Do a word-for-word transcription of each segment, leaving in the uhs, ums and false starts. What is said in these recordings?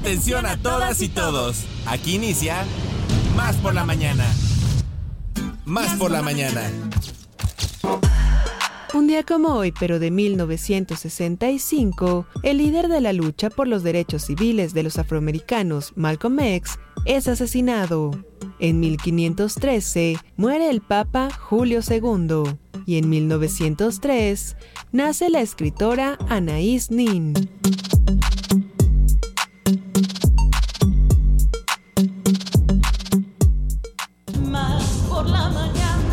Atención a todas y todos. Aquí inicia Más por la Mañana. Más por la Mañana. Un día como hoy, pero de mil novecientos sesenta y cinco, el líder de la lucha por los derechos civiles de los afroamericanos, Malcolm X, es asesinado. En mil quinientos trece, muere el Papa Julio segundo. Y en mil novecientos tres, nace la escritora Anaïs Nin. Más por la mañana.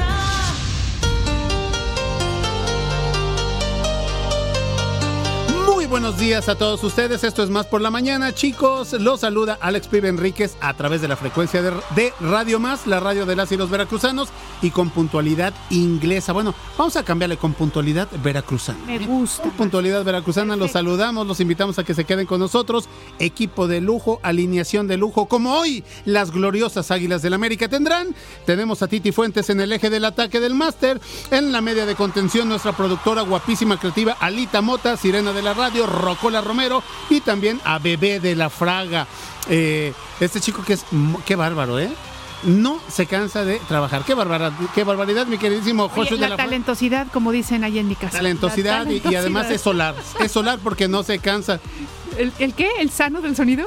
Muy buenos días a todos ustedes, esto es Más por la Mañana, chicos. Los saluda Alex Pibe Enríquez a través de la frecuencia de, de Radio Más, la radio de las y los veracruzanos, y con puntualidad inglesa. Bueno, vamos a cambiarle con puntualidad veracruzana. Me gusta. Con puntualidad veracruzana. Perfecto. Los saludamos, los invitamos a que se queden con nosotros. Equipo de lujo, alineación de lujo, como hoy las gloriosas Águilas del América tendrán. Tenemos a Titi Fuentes en el eje del ataque del máster. En la media de contención, nuestra productora guapísima, creativa, Alita Mota, sirena de la radio, Rocola Romero, y también a Bebé de la Fraga. Eh, este chico que es, qué bárbaro, ¿eh? No se cansa de trabajar. Qué barbaridad, qué barbaridad, mi queridísimo Joshua de la Fraga. Talentosidad, como dicen ahí en mi casa. Talentosidad, talentosidad. Y, y además es solar. Es solar porque no se cansa. ¿El, el qué? ¿El sano del sonido?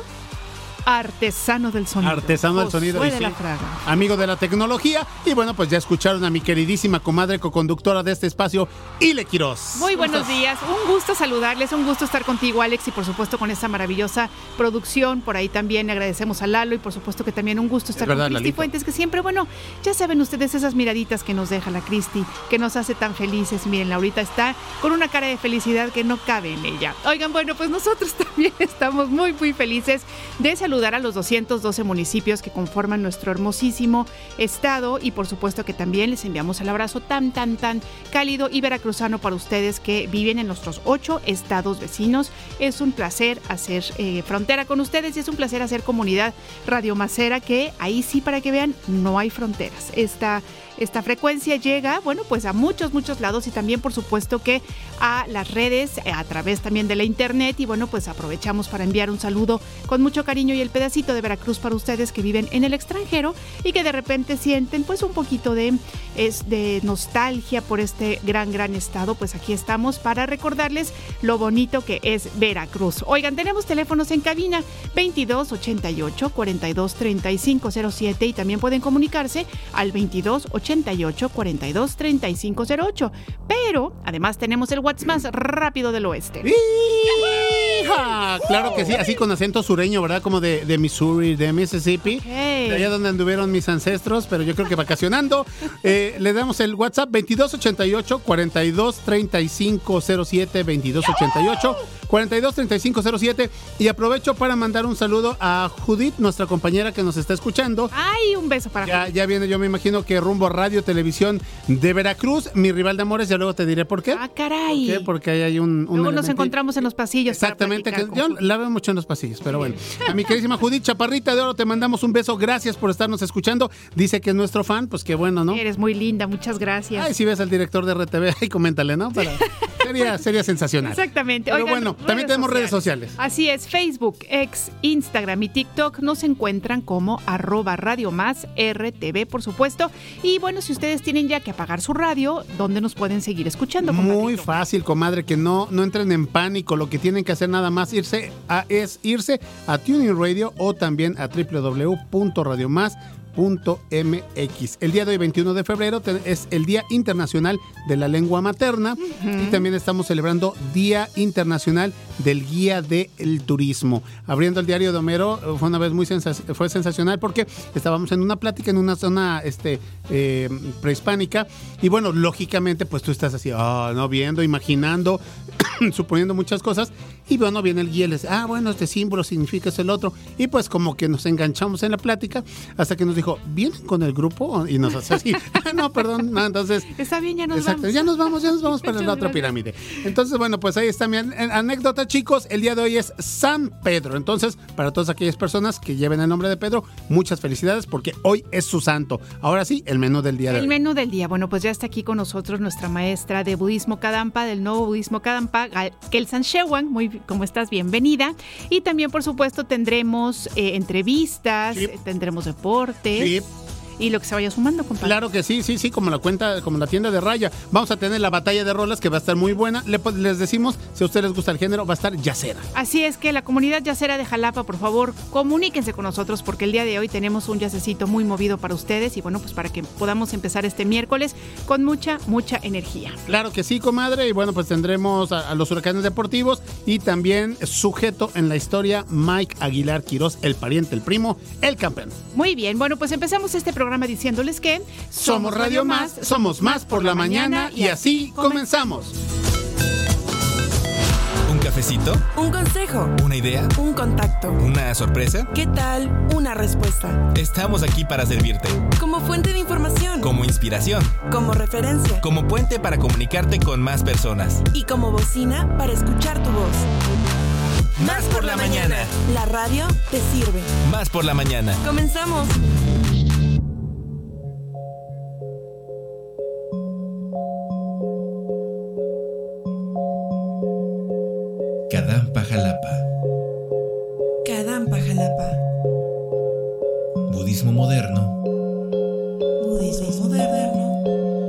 Artesano del sonido. Artesano del sonido. Josué Y de sí, la Fraga. Amigo de la tecnología. Y bueno, pues ya escucharon a mi queridísima comadre coconductora de este espacio, Ile Quiroz. Muy buenos días. Un gusto saludarles, un gusto estar contigo, Alex, y por supuesto con esta maravillosa producción. Por ahí también agradecemos a Lalo y por supuesto que también un gusto estar verdad, con Cristi Lalito Fuentes, que siempre, bueno, ya saben ustedes esas miraditas que nos deja la Cristi, que nos hace tan felices. Miren, ahorita está con una cara de felicidad que no cabe en ella. Oigan, bueno, pues nosotros también estamos muy, muy felices de saludar a los doscientos doce municipios que conforman nuestro hermosísimo estado, y por supuesto que también les enviamos el abrazo tan, tan, tan cálido y veracruzano para ustedes que viven en nuestros ocho estados vecinos. Es un placer hacer eh, frontera con ustedes y es un placer hacer comunidad radiomacera, que ahí sí, para que vean, no hay fronteras. Esta Esta frecuencia llega, bueno, pues a muchos, muchos lados, y también, por supuesto, que a las redes, a través también de la internet. Y bueno, pues aprovechamos para enviar un saludo con mucho cariño y el pedacito de Veracruz para ustedes que viven en el extranjero y que de repente sienten pues un poquito de, es, de nostalgia por este gran, gran estado. Pues aquí estamos para recordarles lo bonito que es Veracruz. Oigan, tenemos teléfonos en cabina veintidós ochenta y ocho cuarenta y dos treinta y cinco cero siete, y también pueden comunicarse al veintidós ochenta y ocho cuarenta y dos treinta y cinco cero ocho. Pero además tenemos el WhatsApp más rápido del oeste. ¡Hija! Claro que sí, así con acento sureño, ¿verdad? Como de, de Missouri, de Mississippi, Okay. de allá donde anduvieron mis ancestros, pero yo creo que vacacionando. Eh, le damos el WhatsApp veintidós ochenta y ocho cuarenta y dos treinta y cinco cero siete, veintidós ochenta y ocho cuarenta y dos treinta y cinco cero siete. Y aprovecho para mandar un saludo a Judith, nuestra compañera que nos está escuchando. Ay, un beso para Ya, ya viene, yo me imagino que rumbo a Radio Televisión de Veracruz, mi rival de amores, ya luego te diré por qué. Ah, caray. ¿Por qué? Porque ahí hay un... un Luego nos elemento- encontramos en los pasillos. para Exactamente, que platicar yo con- la veo mucho en los pasillos, pero bueno. A mi queridísima Judith Chaparrita de Oro, te mandamos un beso, gracias por estarnos escuchando. Dice que es nuestro fan, pues qué bueno, ¿no? Eres muy linda, muchas gracias. Ay, si ves al director de R T V, ahí coméntale, ¿no? Para, sería, sería sensacional. Exactamente. Pero Oigan, bueno, redes también tenemos redes sociales. Así es, Facebook, X, Instagram y TikTok nos encuentran como arroba Radio Más R T V, por supuesto. Y bueno, si ustedes tienen ya que apagar su radio, ¿dónde nos pueden seguir escuchando, Muy compadrito? fácil, comadre, que no, no entren en pánico. Lo que tienen que hacer nada más irse a, es irse a TuneIn Radio o también a doble u doble u doble u punto radio más punto m x. El día de hoy, veintiuno de febrero, te- es el Día Internacional de la Lengua Materna. Uh-huh. Y también estamos celebrando Día Internacional del Guía del Turismo. Abriendo el diario de Homero, fue una vez muy sensa- fue sensacional porque estábamos en una plática en una zona este, eh, prehispánica, y bueno, lógicamente pues tú estás así, oh, no, viendo, imaginando, suponiendo muchas cosas, y bueno, viene el guía y les dice, ah, bueno, este símbolo significa es el otro, y pues como que nos enganchamos en la plática hasta que nos dijo, ¿vienen con el grupo? Y nos hace así, ah, no, perdón, no, entonces... Está bien, ya nos exacto, vamos. ya nos vamos, ya nos vamos para la otra pirámide. Entonces, bueno, pues ahí está mi an- anécdota, chicos. El día de hoy es San Pedro. Entonces, para todas aquellas personas que lleven el nombre de Pedro, muchas felicidades porque hoy es su santo. Ahora sí, el menú del día de El hoy. menú del día. Bueno, pues ya está aquí con nosotros nuestra maestra de budismo Kadampa, del nuevo budismo Kadampa, arroba Kelsan Shewang. Muy, ¿cómo estás? Bienvenida. Y también, por supuesto, tendremos eh, entrevistas, Sí. tendremos deportes. Sí. Y lo que se vaya sumando, compadre. Claro que sí, sí, sí, como la cuenta, como la tienda de Raya. Vamos a tener la batalla de rolas que va a estar muy buena. Le, pues, les decimos, si a ustedes les gusta el género, va a estar yacera. Así es que la comunidad yacera de Jalapa, por favor, comuníquense con nosotros porque el día de hoy tenemos un yacecito muy movido para ustedes y bueno, pues para que podamos empezar este miércoles con mucha, mucha energía. Claro que sí, comadre. Y bueno, pues tendremos a, a los Huracanes Deportivos y también sujeto en la historia Mike Aguilar Quirós, el pariente, el primo, el campeón. Muy bien, bueno, pues empezamos este programa diciéndoles que Somos Radio Más, somos más por la mañana y así comenzamos. ¿Un cafecito? Un consejo, ¿Una idea? un contacto. ¿Una sorpresa? ¿Qué tal? Una respuesta. Estamos aquí para servirte. Como fuente de información. Como inspiración. Como referencia. Como puente para comunicarte con más personas. Y como bocina para escuchar tu voz. Más por la mañana. La radio te sirve. Más por la mañana. Comenzamos. Kadampa Jalapa. Kadampa Jalapa. Budismo moderno. Budismo moderno.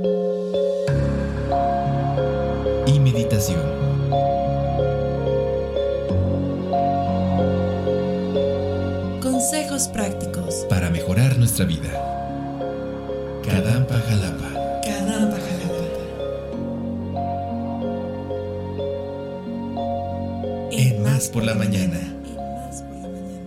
Y meditación. Consejos prácticos. Para mejorar nuestra vida. Kadampa Jalapa. Kadampa Jalapa. En Más por la mañana. En Más por la mañana.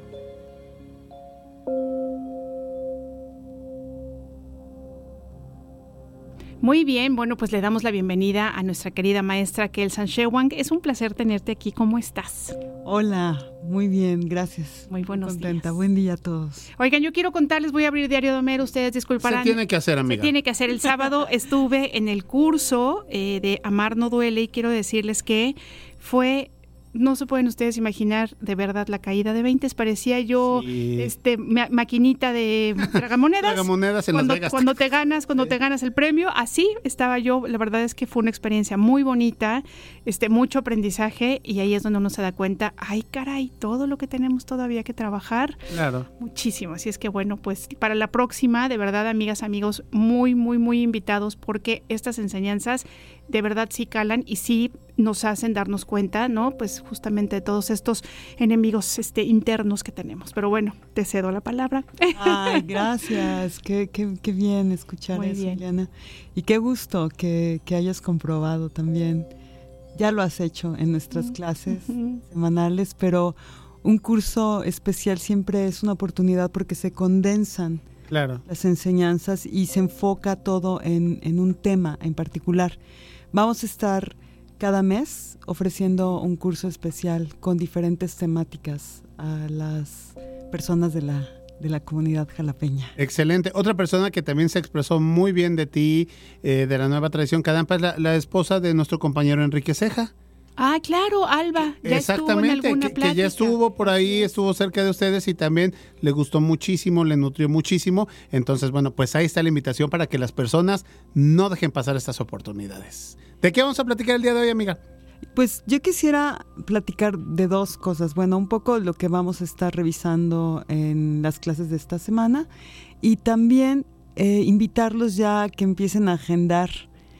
Muy bien, bueno, pues le damos la bienvenida a nuestra querida maestra Kelsan Shewang. Es un placer tenerte aquí. ¿Cómo estás? Hola, muy bien, gracias. Muy buenos contenta. días. Buen día a todos. Oigan, yo quiero contarles, voy a abrir Diario de Homero, ustedes disculparán. Se tiene que hacer, Se amiga. tiene que hacer. El sábado estuve en el curso eh, de Amar no duele y quiero decirles que fue... No se pueden ustedes imaginar de verdad la caída de veinte. Parecía yo Sí. este ma- maquinita de tragamonedas. Tragamonedas en cuando, Las Vegas. cuando te ganas, cuando te ganas el premio, así estaba yo. La verdad es que fue una experiencia muy bonita, este, mucho aprendizaje y ahí es donde uno se da cuenta, ay caray, todo lo que tenemos todavía que trabajar. Claro. Muchísimo, así es que bueno, pues para la próxima, de verdad, amigas, amigos, muy, muy, muy invitados porque estas enseñanzas de verdad sí calan y sí nos hacen darnos cuenta, ¿no? Pues justamente de todos estos enemigos este, internos que tenemos. Pero bueno, te cedo la palabra. Ay, gracias. Qué, qué, qué bien escuchar Muy eso, bien. Eliana. Y qué gusto que, que hayas comprobado también. Ya lo has hecho en nuestras clases Ujú. semanales, pero un curso especial siempre es una oportunidad porque se condensan Claro. las enseñanzas y se enfoca todo en, en un tema en particular. Vamos a estar cada mes ofreciendo un curso especial con diferentes temáticas a las personas de la, de la comunidad jalapeña. Excelente. Otra persona que también se expresó muy bien de ti, eh, de la nueva tradición Kadampa, es la, la esposa de nuestro compañero Enrique Ceja. Ah, claro, Alba, ya estuvo en Exactamente, alguna que, plática. que ya estuvo por ahí, estuvo cerca de ustedes y también le gustó muchísimo, le nutrió muchísimo. Entonces, bueno, pues ahí está la invitación para que las personas no dejen pasar estas oportunidades. ¿De qué vamos a platicar el día de hoy, amiga? Pues yo quisiera platicar de dos cosas. Bueno, un poco lo que vamos a estar revisando en las clases de esta semana y también eh, invitarlos ya a que empiecen a agendar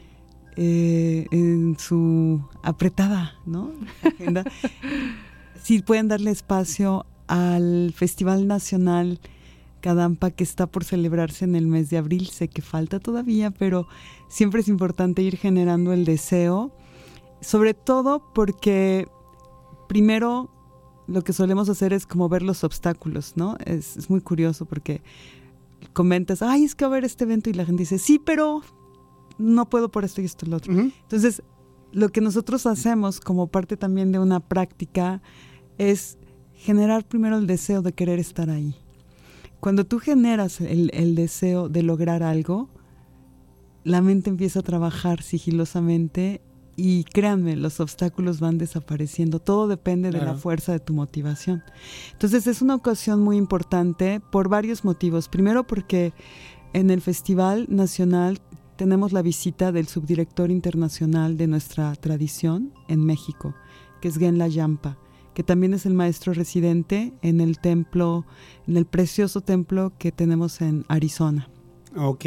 eh, en su apretada, ¿no? agenda. Si pueden darle espacio al Festival Nacional Kadampa que está por celebrarse en el mes de abril. Sé que falta todavía, pero siempre es importante ir generando el deseo, sobre todo porque primero lo que solemos hacer es como ver los obstáculos, ¿no? Es, es muy curioso porque comentas, ay, es que va a haber este evento y la gente dice, sí, pero no puedo por esto y esto y lo otro. Uh-huh. Entonces, lo que nosotros hacemos como parte también de una práctica es generar primero el deseo de querer estar ahí. Cuando tú generas el, el deseo de lograr algo, la mente empieza a trabajar sigilosamente y créanme, los obstáculos van desapareciendo. Todo depende Claro. de la fuerza de tu motivación. Entonces es una ocasión muy importante por varios motivos. Primero porque en el Festival Nacional tenemos la visita del subdirector internacional de nuestra tradición en México, que es Genla Yampa, que también es el maestro residente en el templo, en el precioso templo que tenemos en Arizona. Ok.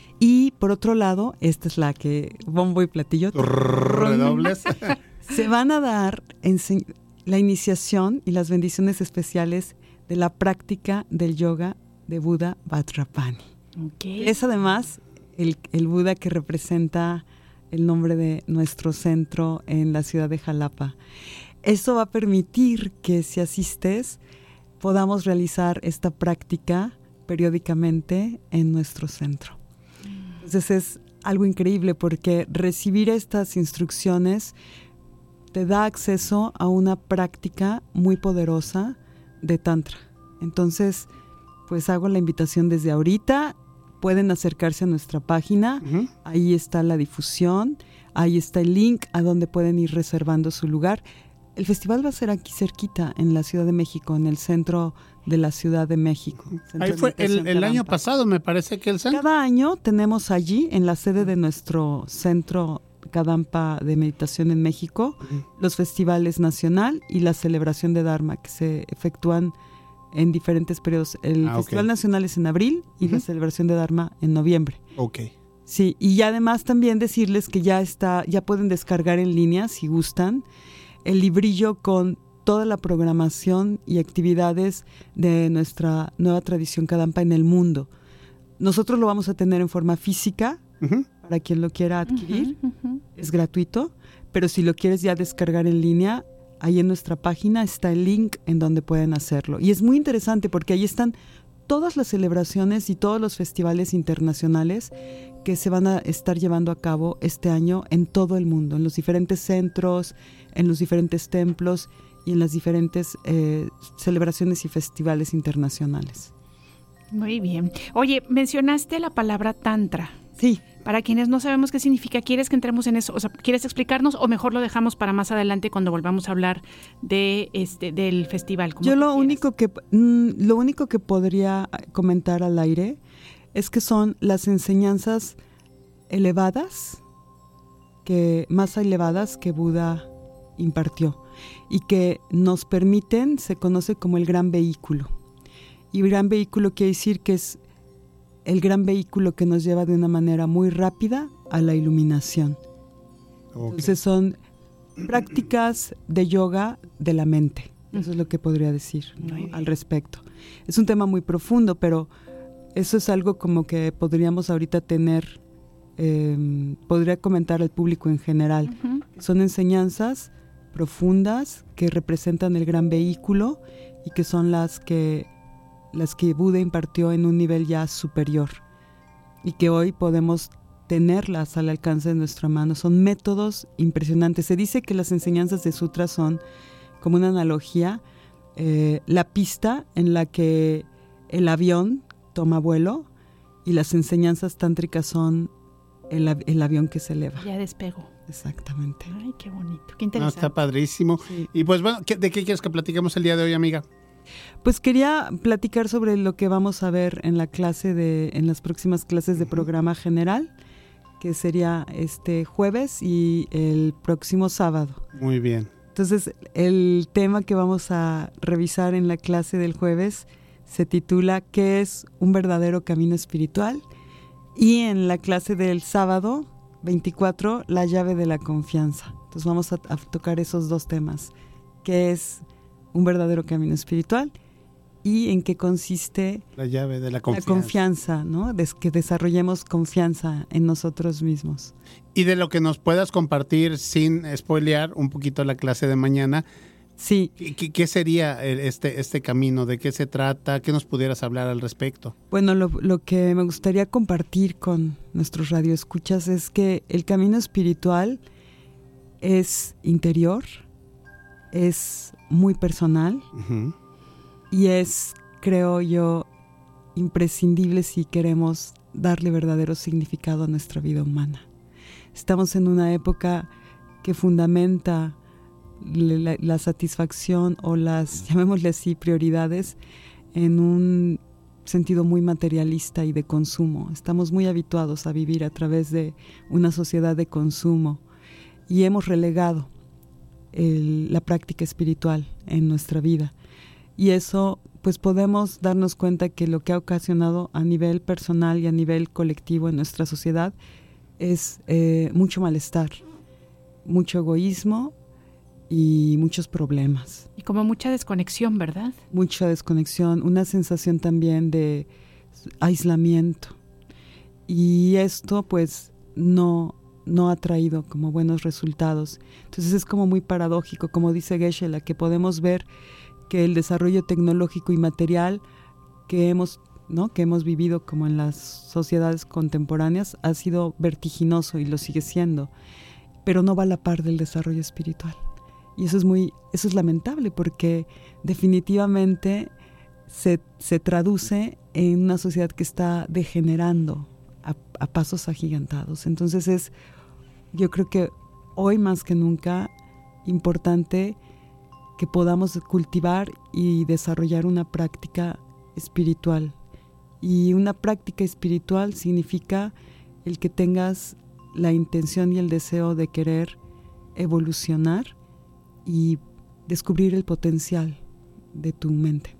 Y por otro lado, esta es la que bombo y platillo. Redobles. Se van a dar ense- la iniciación y las bendiciones especiales de la práctica del yoga de Buda Vajrapani. Okay. Es además el, el Buda que representa el nombre de nuestro centro en la ciudad de Jalapa. Eso va a permitir que si asistes podamos realizar esta práctica periódicamente en nuestro centro. Entonces es algo increíble porque recibir estas instrucciones te da acceso a una práctica muy poderosa de Tantra. Entonces, pues hago la invitación desde ahorita. Pueden acercarse a nuestra página. Uh-huh. Ahí está la difusión. Ahí está el link a donde pueden ir reservando su lugar. El festival va a ser aquí cerquita, en la Ciudad de México, en el centro de la Ciudad de México. Ahí fue el, el año pasado, me parece que el centro. Cada año tenemos allí, en la sede de nuestro centro Kadampa de Meditación en México, uh-huh. los festivales nacional y la celebración de Dharma, que se efectúan en diferentes periodos. El ah, Festival okay. Nacional es en abril y uh-huh. la celebración de Dharma en noviembre. Ok. Sí, y además también decirles que ya está, ya pueden descargar en línea, si gustan, el librillo con toda la programación y actividades de nuestra nueva tradición Kadampa en el mundo. Nosotros lo vamos a tener en forma física, uh-huh. para quien lo quiera adquirir, uh-huh, uh-huh. es gratuito, pero si lo quieres ya descargar en línea, ahí en nuestra página está el link en donde pueden hacerlo. Y es muy interesante porque ahí están todas las celebraciones y todos los festivales internacionales que se van a estar llevando a cabo este año en todo el mundo, en los diferentes centros, en los diferentes templos y en las diferentes eh, celebraciones y festivales internacionales. Muy bien. Oye, mencionaste la palabra tantra. Sí. Para quienes no sabemos qué significa, ¿quieres que entremos en eso? O sea, ¿quieres explicarnos o mejor lo dejamos para más adelante cuando volvamos a hablar de este del festival? Yo lo único que mm, lo único que podría comentar al aire es que son las enseñanzas elevadas, que más elevadas que Buda impartió y que nos permiten, se conoce como el gran vehículo. Y gran vehículo quiere decir que es el gran vehículo que nos lleva de una manera muy rápida a la iluminación. Okay. Entonces son prácticas de yoga de la mente. Eso es lo que podría decir, ¿no? al respecto. Es un tema muy profundo, pero eso es algo como que podríamos ahorita tener, eh, podría comentar al público en general. Uh-huh. Son enseñanzas profundas que representan el gran vehículo y que son las que las que Buda impartió en un nivel ya superior y que hoy podemos tenerlas al alcance de nuestra mano. Son métodos impresionantes. Se dice que las enseñanzas de sutras son como una analogía, eh, la pista en la que el avión toma vuelo y las enseñanzas tántricas son el, el avión que se eleva. Ya despegó. Exactamente. Ay, qué bonito, qué interesante. No, está padrísimo. Sí. Y pues bueno, ¿de qué quieres que platiquemos el día de hoy, amiga? Pues quería platicar sobre lo que vamos a ver en la clase de, en las próximas clases de programa general, que sería este jueves y el próximo sábado. Muy bien. Entonces, el tema que vamos a revisar en la clase del jueves se titula ¿Qué es un verdadero camino espiritual? Y en la clase del sábado veinticuatro, la llave de la confianza. Entonces vamos a, a tocar esos dos temas. ¿Qué es un verdadero camino espiritual y en qué consiste la llave de la confianza, la confianza, ¿no? Des, que desarrollemos confianza en nosotros mismos. Y de lo que nos puedas compartir sin spoilear un poquito la clase de mañana. Sí. ¿Qué, qué sería este, este camino? ¿De qué se trata? ¿Qué nos pudieras hablar al respecto? Bueno, lo, lo que me gustaría compartir con nuestros radioescuchas es que el camino espiritual es interior, es muy personal uh-huh. y es, creo yo, imprescindible si queremos darle verdadero significado a nuestra vida humana. Estamos en una época que fundamenta la, la satisfacción o las, llamémosle así, prioridades en un sentido muy materialista y de consumo. Estamos muy habituados a vivir a través de una sociedad de consumo y hemos relegado el, la práctica espiritual en nuestra vida. Y eso, pues podemos darnos cuenta que lo que ha ocasionado a nivel personal y a nivel colectivo en nuestra sociedad es eh, mucho malestar, mucho egoísmo y muchos problemas. Y como mucha desconexión, ¿verdad? Mucha desconexión, una sensación también de aislamiento. Y esto pues no, no ha traído como buenos resultados. Entonces es como muy paradójico, como dice Geshe-la, que podemos ver que el desarrollo tecnológico y material que hemos, ¿no? que hemos vivido como en las sociedades contemporáneas ha sido vertiginoso y lo sigue siendo, pero no va a la par del desarrollo espiritual. Y eso es muy, eso es lamentable porque definitivamente se, se traduce en una sociedad que está degenerando a, a pasos agigantados. Entonces es, yo creo que hoy más que nunca, importante que podamos cultivar y desarrollar una práctica espiritual. Y una práctica espiritual significa el que tengas la intención y el deseo de querer evolucionar y descubrir el potencial de tu mente.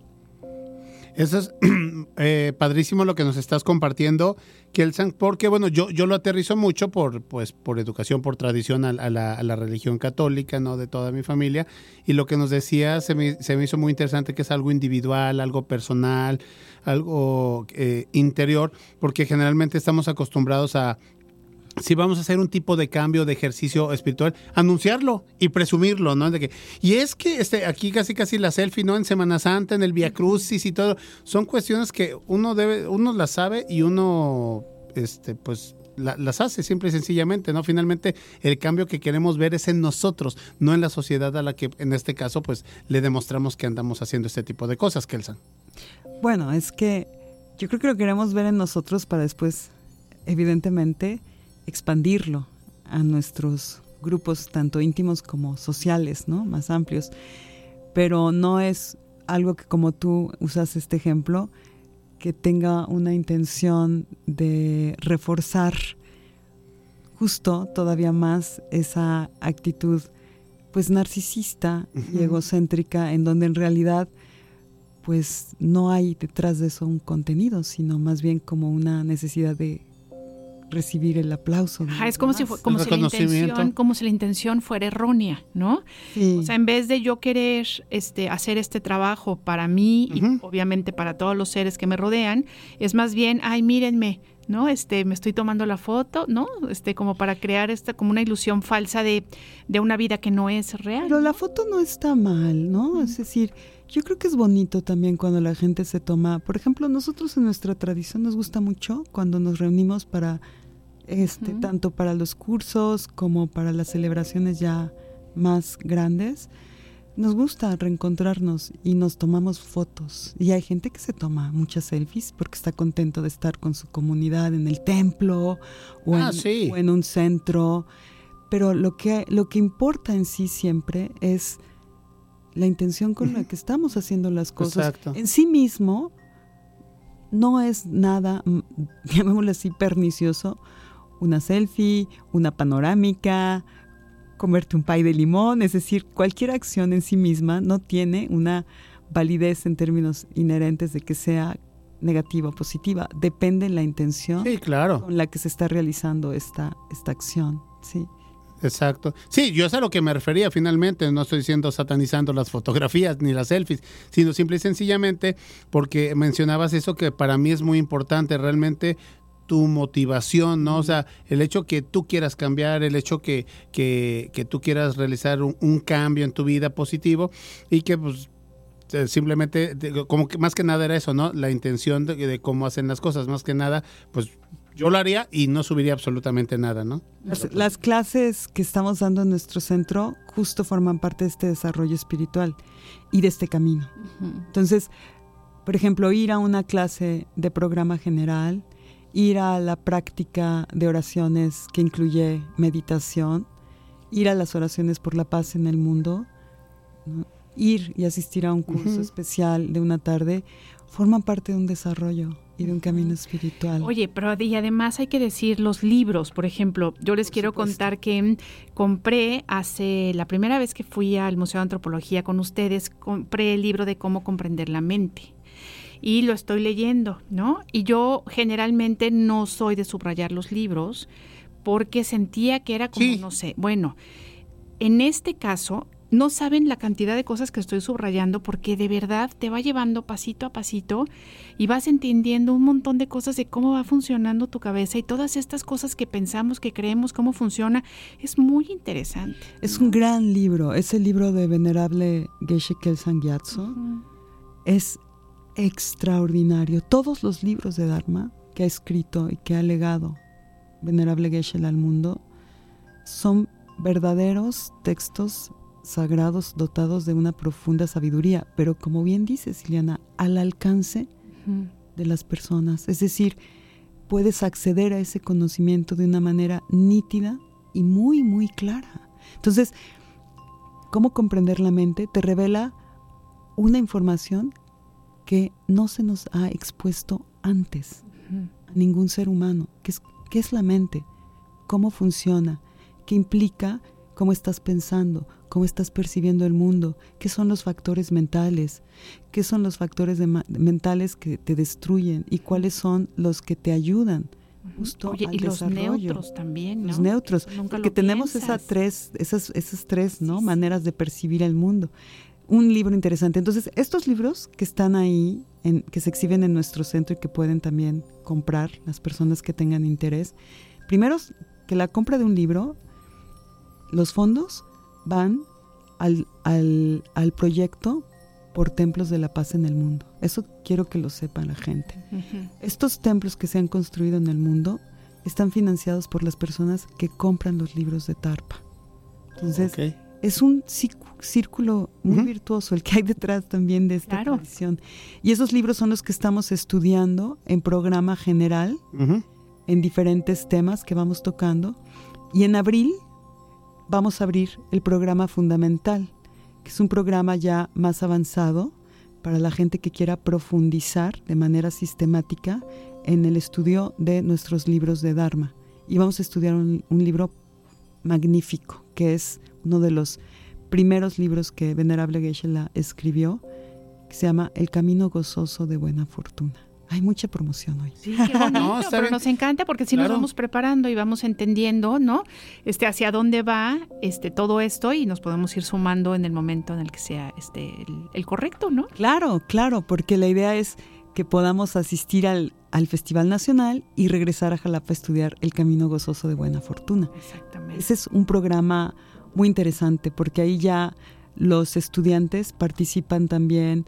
Eso es eh, padrísimo lo que nos estás compartiendo, Kelsang, porque bueno, yo, yo lo aterrizo mucho por, pues, por educación, por tradición a, a, la, a la religión católica, ¿no? De toda mi familia, y lo que nos decía se me, se me hizo muy interesante, que es algo individual, algo personal, algo eh, interior, porque generalmente estamos acostumbrados a, si vamos a hacer un tipo de cambio de ejercicio espiritual, anunciarlo y presumirlo, ¿no? De que, y es que este, aquí casi casi la selfie, ¿no? En Semana Santa, en el Vía Crucis y todo, son cuestiones que uno debe, uno las sabe y uno, este, pues, la, las hace simple y sencillamente, ¿no? Finalmente, el cambio que queremos ver es en nosotros, no en la sociedad a la que, en este caso, pues, le demostramos que andamos haciendo este tipo de cosas, Kelsang. Bueno, es que yo creo que lo queremos ver en nosotros para después, evidentemente, expandirlo a nuestros grupos tanto íntimos como sociales, ¿no? Más amplios. Pero no es algo que, como tú usas este ejemplo, que tenga una intención de reforzar justo todavía más esa actitud pues narcisista y egocéntrica, en donde en realidad pues no hay detrás de eso un contenido, sino más bien como una necesidad de recibir el aplauso. Ajá, es como si fue, como si la intención, como si la intención fuera errónea, ¿no? Sí. O sea, en vez de yo querer este hacer este trabajo para mí uh-huh. y obviamente para todos los seres que me rodean, es más bien, ay, mírenme, ¿no? Este, me estoy tomando la foto, ¿no? Este, como para crear esta como una ilusión falsa de, de una vida que no es real. Pero la foto no está mal, ¿no? Uh-huh. Es decir, yo creo que es bonito también cuando la gente se toma, por ejemplo, nosotros en nuestra tradición nos gusta mucho cuando nos reunimos para este, uh-huh. tanto para los cursos como para las celebraciones ya más grandes, nos gusta reencontrarnos y nos tomamos fotos. Y hay gente que se toma muchas selfies porque está contento de estar con su comunidad en el templo o, ah, en, sí. o en un centro. Pero lo que, lo que importa en sí siempre es la intención con la que estamos haciendo las cosas. Exacto. En sí mismo no es nada, llamémoslo así, pernicioso, una selfie, una panorámica, comerte un pay de limón, es decir, cualquier acción en sí misma no tiene una validez en términos inherentes de que sea negativa o positiva. Depende de la intención sí, claro. con la que se está realizando esta, esta acción, sí. Exacto. Sí, yo es a lo que me refería finalmente, no estoy diciendo satanizando las fotografías ni las selfies, sino simple y sencillamente porque mencionabas eso que para mí es muy importante, realmente tu motivación, ¿no? O sea, el hecho que tú quieras cambiar, el hecho que, que, que tú quieras realizar un, un cambio en tu vida positivo y que pues simplemente, como que más que nada era eso, ¿no? La intención de, de cómo hacen las cosas, más que nada, pues yo lo haría y no subiría absolutamente nada, ¿no? Las, las clases que estamos dando en nuestro centro justo forman parte de este desarrollo espiritual y de este camino. Uh-huh. Entonces, por ejemplo, ir a una clase de programa general, ir a la práctica de oraciones que incluye meditación, ir a las oraciones por la paz en el mundo, ¿no? ir y asistir a un curso uh-huh. especial de una tarde forma parte de un desarrollo y de un camino espiritual. Oye, pero y además hay que decir los libros, por ejemplo, yo les por quiero supuesto. contar que compré hace, la primera vez que fui al Museo de Antropología con ustedes, compré el libro de Cómo comprender la mente. Y lo estoy leyendo, ¿no? Y yo generalmente no soy de subrayar los libros porque sentía que era como, sí. no sé, bueno, en este caso no saben la cantidad de cosas que estoy subrayando porque de verdad te va llevando pasito a pasito y vas entendiendo un montón de cosas de cómo va funcionando tu cabeza y todas estas cosas que pensamos, que creemos, cómo funciona. Es muy interesante. Es un gran libro. Ese libro de Venerable Geshe Kelsang Gyatso uh-huh. es extraordinario. Todos los libros de Dharma que ha escrito y que ha legado Venerable Geshe al mundo son verdaderos textos sagrados dotados de una profunda sabiduría, pero como bien dices, Ileana, al alcance uh-huh. de las personas. Es decir, puedes acceder a ese conocimiento de una manera nítida y muy, muy clara. Entonces, ¿cómo comprender la mente? Te revela una información que no se nos ha expuesto antes uh-huh. a ningún ser humano. ¿Qué es, qué es la mente? ¿Cómo funciona? ¿Qué implica? ¿Cómo estás pensando? ¿Cómo estás percibiendo el mundo? ¿Qué son los factores mentales? ¿Qué son los factores de ma- mentales que te destruyen? ¿Y cuáles son los que te ayudan justo Oye, al y los desarrollo? neutros también, ¿no? Los neutros, que tenemos esas tres, esas, esas tres ¿no? sí, maneras de percibir el mundo. Un libro interesante. Entonces, estos libros que están ahí, en, que se exhiben en nuestro centro y que pueden también comprar las personas que tengan interés, primero que la compra de un libro, los fondos van al, al, al proyecto por Templos de la Paz en el Mundo. Eso quiero que lo sepa la gente. Uh-huh. Estos templos que se han construido en el mundo están financiados por las personas que compran los libros de Tarpa. Entonces, okay. es un círculo muy uh-huh. virtuoso el que hay detrás también de esta claro. tradición. Y esos libros son los que estamos estudiando en programa general, uh-huh. en diferentes temas que vamos tocando. Y en abril vamos a abrir el programa fundamental, que es un programa ya más avanzado para la gente que quiera profundizar de manera sistemática en el estudio de nuestros libros de Dharma. Y vamos a estudiar un, un libro magnífico, que es uno de los primeros libros que Venerable Geshe-la escribió, que se llama El Camino Gozoso de Buena Fortuna. Hay mucha promoción hoy. Sí, qué bonito, no, pero bien. Nos encanta porque si claro. nos vamos preparando y vamos entendiendo, ¿no? Este, hacia dónde va este todo esto y nos podemos ir sumando en el momento en el que sea este el, el correcto, ¿no? Claro, claro, porque la idea es que podamos asistir al, al Festival Nacional y regresar a Jalapa a estudiar El Camino Gozoso de Buena Fortuna. Exactamente. Ese es un programa muy interesante porque ahí ya los estudiantes participan también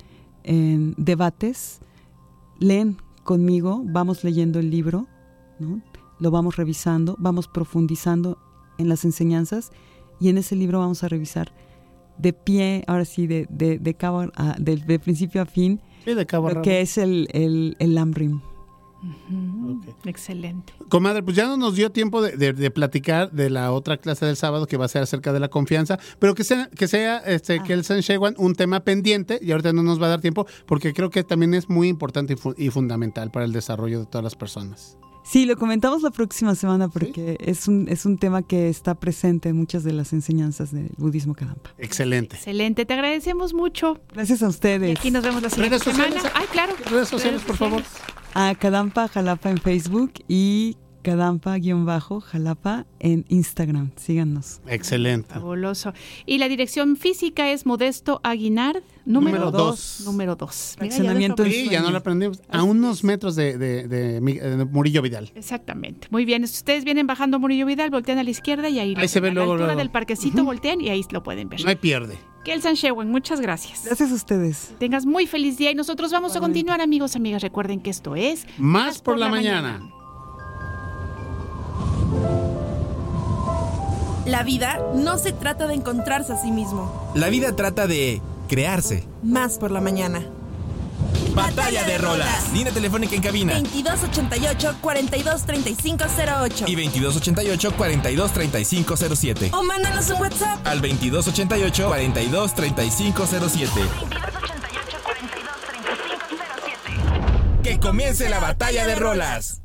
en debates, leen conmigo, vamos leyendo el libro, ¿no? Lo vamos revisando, vamos profundizando en las enseñanzas y en ese libro vamos a revisar de pie, ahora sí, de, de, de, cabo a, de, de principio a fin, sí, de cabo a lo que es el, el, el Lamrim. Uh-huh. Okay. Excelente. Comadre, pues ya no nos dio tiempo de, de, de platicar de la otra clase del sábado que va a ser acerca de la confianza, pero que sea, que sea este, ah. que el San Shewan un tema pendiente y ahorita no nos va a dar tiempo porque creo que también es muy importante y, fu- y fundamental para el desarrollo de todas las personas. Sí, lo comentamos la próxima semana porque ¿sí? es un es un tema que está presente en muchas de las enseñanzas del budismo Kadampa. Excelente. Excelente, te agradecemos mucho. Gracias a ustedes. Y aquí nos vemos la siguiente semana. Ay, claro. Redes sociales, por favor. A Kadampa Jalapa en Facebook y Kadampa-Jalapa en Instagram. Síganos. Excelente. Fabuloso. Y la dirección física es Modesto Aguinard, número dos. Número dos. Fraccionamiento en Sí, ya no lo aprendimos. A unos metros de, de, de, de Murillo Vidal. Exactamente. Muy bien. Ustedes vienen bajando Murillo Vidal, voltean a la izquierda y ahí, ahí se ve a luego, la altura luego. del parquecito, uh-huh. voltean y ahí lo pueden ver. No hay pierde. Kelsang Shewan, muchas gracias. Gracias a ustedes. Tengas muy feliz día y nosotros vamos a continuar, amigos, amigas. Recuerden que esto es Más, Más por, por la, la mañana. mañana. La vida no se trata de encontrarse a sí mismo. La vida trata de crearse. Más por la mañana. Batalla de Rolas. Línea telefónica en cabina. veintidós ochenta y ocho, cuarenta y dos, treinta y cinco cero ocho. Y veintidós ochenta y ocho, cuarenta y dos, treinta y cinco cero siete. O mándanos un WhatsApp al veintidós ochenta y ocho, cuarenta y dos, treinta y cinco cero siete. Que comience la Batalla de Rolas.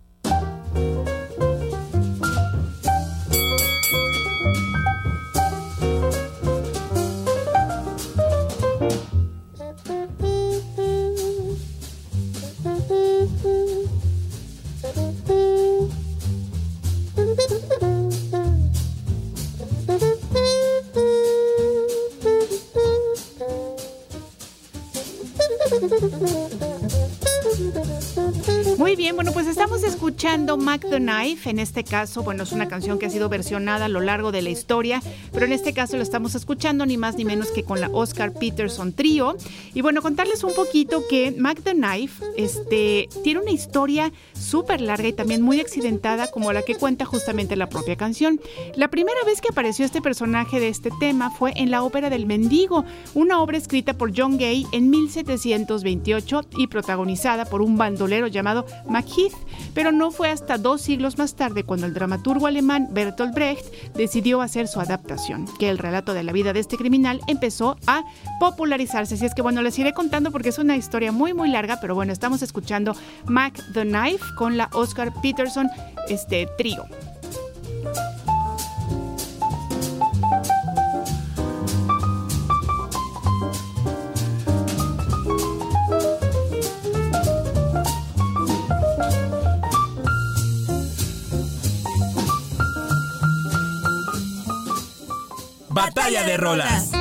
Muy bien, bueno, pues estamos escuchando Mac the Knife. En este caso, bueno, es una canción que ha sido versionada a lo largo de la historia, pero en este caso lo estamos escuchando ni más ni menos que con la Oscar Peterson Trío. Y bueno, contarles un poquito que Mac the Knife este, tiene una historia súper larga y también muy accidentada, como la que cuenta justamente la propia canción. La primera vez que apareció este personaje de este tema fue en la ópera del Mendigo, una obra escrita por John Gay en mil setecientos veintiocho y protagonizada por un bandolero llamado Macheath, pero no fue hasta dos siglos más tarde cuando el dramaturgo alemán Bertolt Brecht decidió hacer su adaptación, que el relato de la vida de este criminal empezó a popularizarse. Así es que bueno, les iré contando porque es una historia muy muy larga, pero bueno, estamos escuchando Mac the Knife con la Oscar Peterson este, Trío. Batalla de Rolas.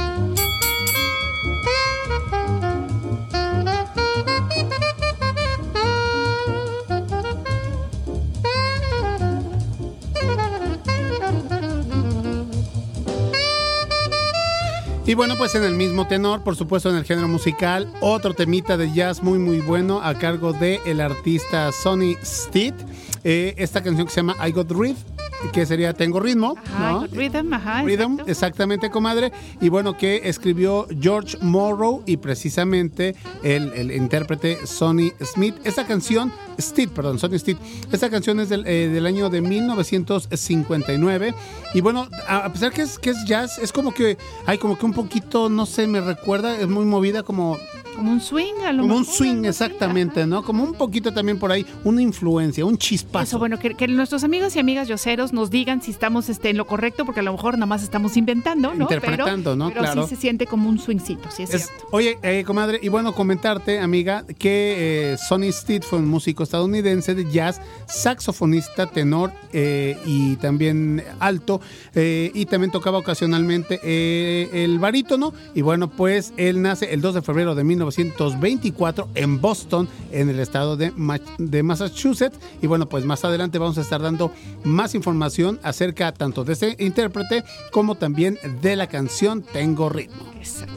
Y bueno, pues en el mismo tenor, por supuesto en el género musical, otro temita de jazz muy muy bueno a cargo de el artista Sonny Stitt. Eh, esta canción que se llama I Got Rhythm, que sería Tengo Ritmo, ajá, ¿no? Rhythm, ajá, Rhythm, exacto. exactamente, comadre. Y bueno, que escribió George Morrow y precisamente el, el intérprete Sonny Smith. Esta canción, Stitt, perdón, Sonny Stitt. Esta canción es del, eh, del año de mil novecientos cincuenta y nueve. Y bueno, a, a pesar que es, que es jazz, es como que hay como que un poquito, no sé, me recuerda, es muy movida como... Como un swing, a lo Como un mejor, swing, exactamente, ¿no? Como un poquito también por ahí, una influencia, un chispazo. Eso, bueno, que, que nuestros amigos y amigas yoceros nos digan si estamos este, en lo correcto, porque a lo mejor nada más estamos inventando, ¿no? Interpretando, pero, ¿no? Pero Claro. sí se siente como un swingcito, sí es, Es, cierto. oye, eh, comadre, y bueno, comentarte, amiga, que eh, Sonny Stitt fue un músico estadounidense de jazz, saxofonista, tenor eh, y también alto, eh, y también tocaba ocasionalmente eh, el barítono. Y bueno, pues él nace el dos de febrero de mil novecientos veinticuatro en Boston, en el estado de, Ma- de Massachusetts. Y bueno, pues más adelante vamos a estar dando más información acerca tanto de ese intérprete como también de la canción Tengo Ritmo. Exacto.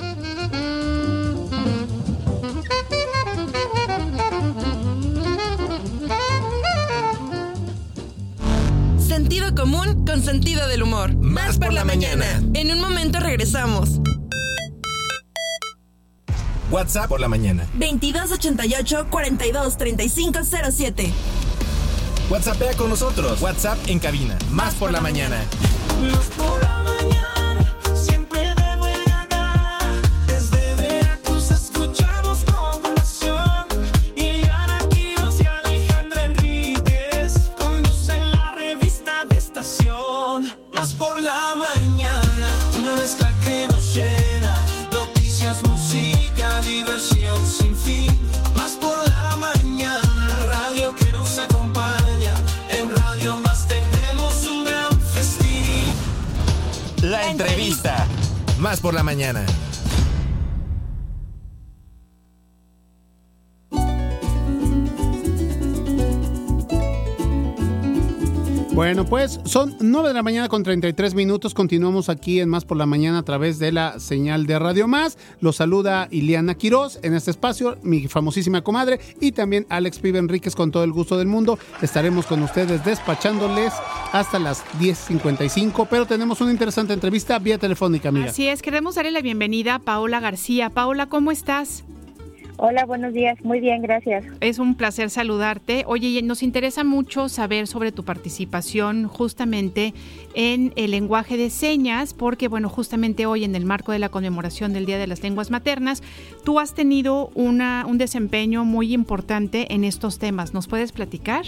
Sentido común con sentido del humor. Más por la mañana. En un momento regresamos. WhatsApp por la mañana. veintidós ochenta y ocho, cuarenta y dos, treinta y cinco cero siete. WhatsAppea con nosotros. WhatsApp en cabina. Más por la mañana. Más por la mañana, siempre de buena gana. Desde Veracruz escuchamos con pasión. Iliana Quiroz y Alejandra Enríquez conducen la revista de estación. Más por la mañana, una mezcla que nos llena. Noticias, música, diversión sin fin. Más por la mañana, radio que nos acompaña. En Radio Más tenemos un gran festín. La entrevista. Más por la mañana. Bueno, pues son nueve de la mañana con treinta y tres minutos. Continuamos aquí en Más por la Mañana a través de la señal de Radio Más. Los saluda Iliana Quiroz en este espacio, mi famosísima comadre, y también Alex Pibe Enríquez con todo el gusto del mundo. Estaremos con ustedes despachándoles hasta las diez cincuenta y cinco, pero tenemos una interesante entrevista vía telefónica, amiga. Así es, queremos darle la bienvenida a Paola García. Paola, ¿cómo estás? Hola, buenos días. Muy bien, gracias. Es un placer saludarte. Oye, nos interesa mucho saber sobre tu participación justamente en el lenguaje de señas, porque, bueno, justamente hoy en el marco de la conmemoración del Día de las Lenguas Maternas, tú has tenido una, un desempeño muy importante en estos temas. ¿Nos puedes platicar?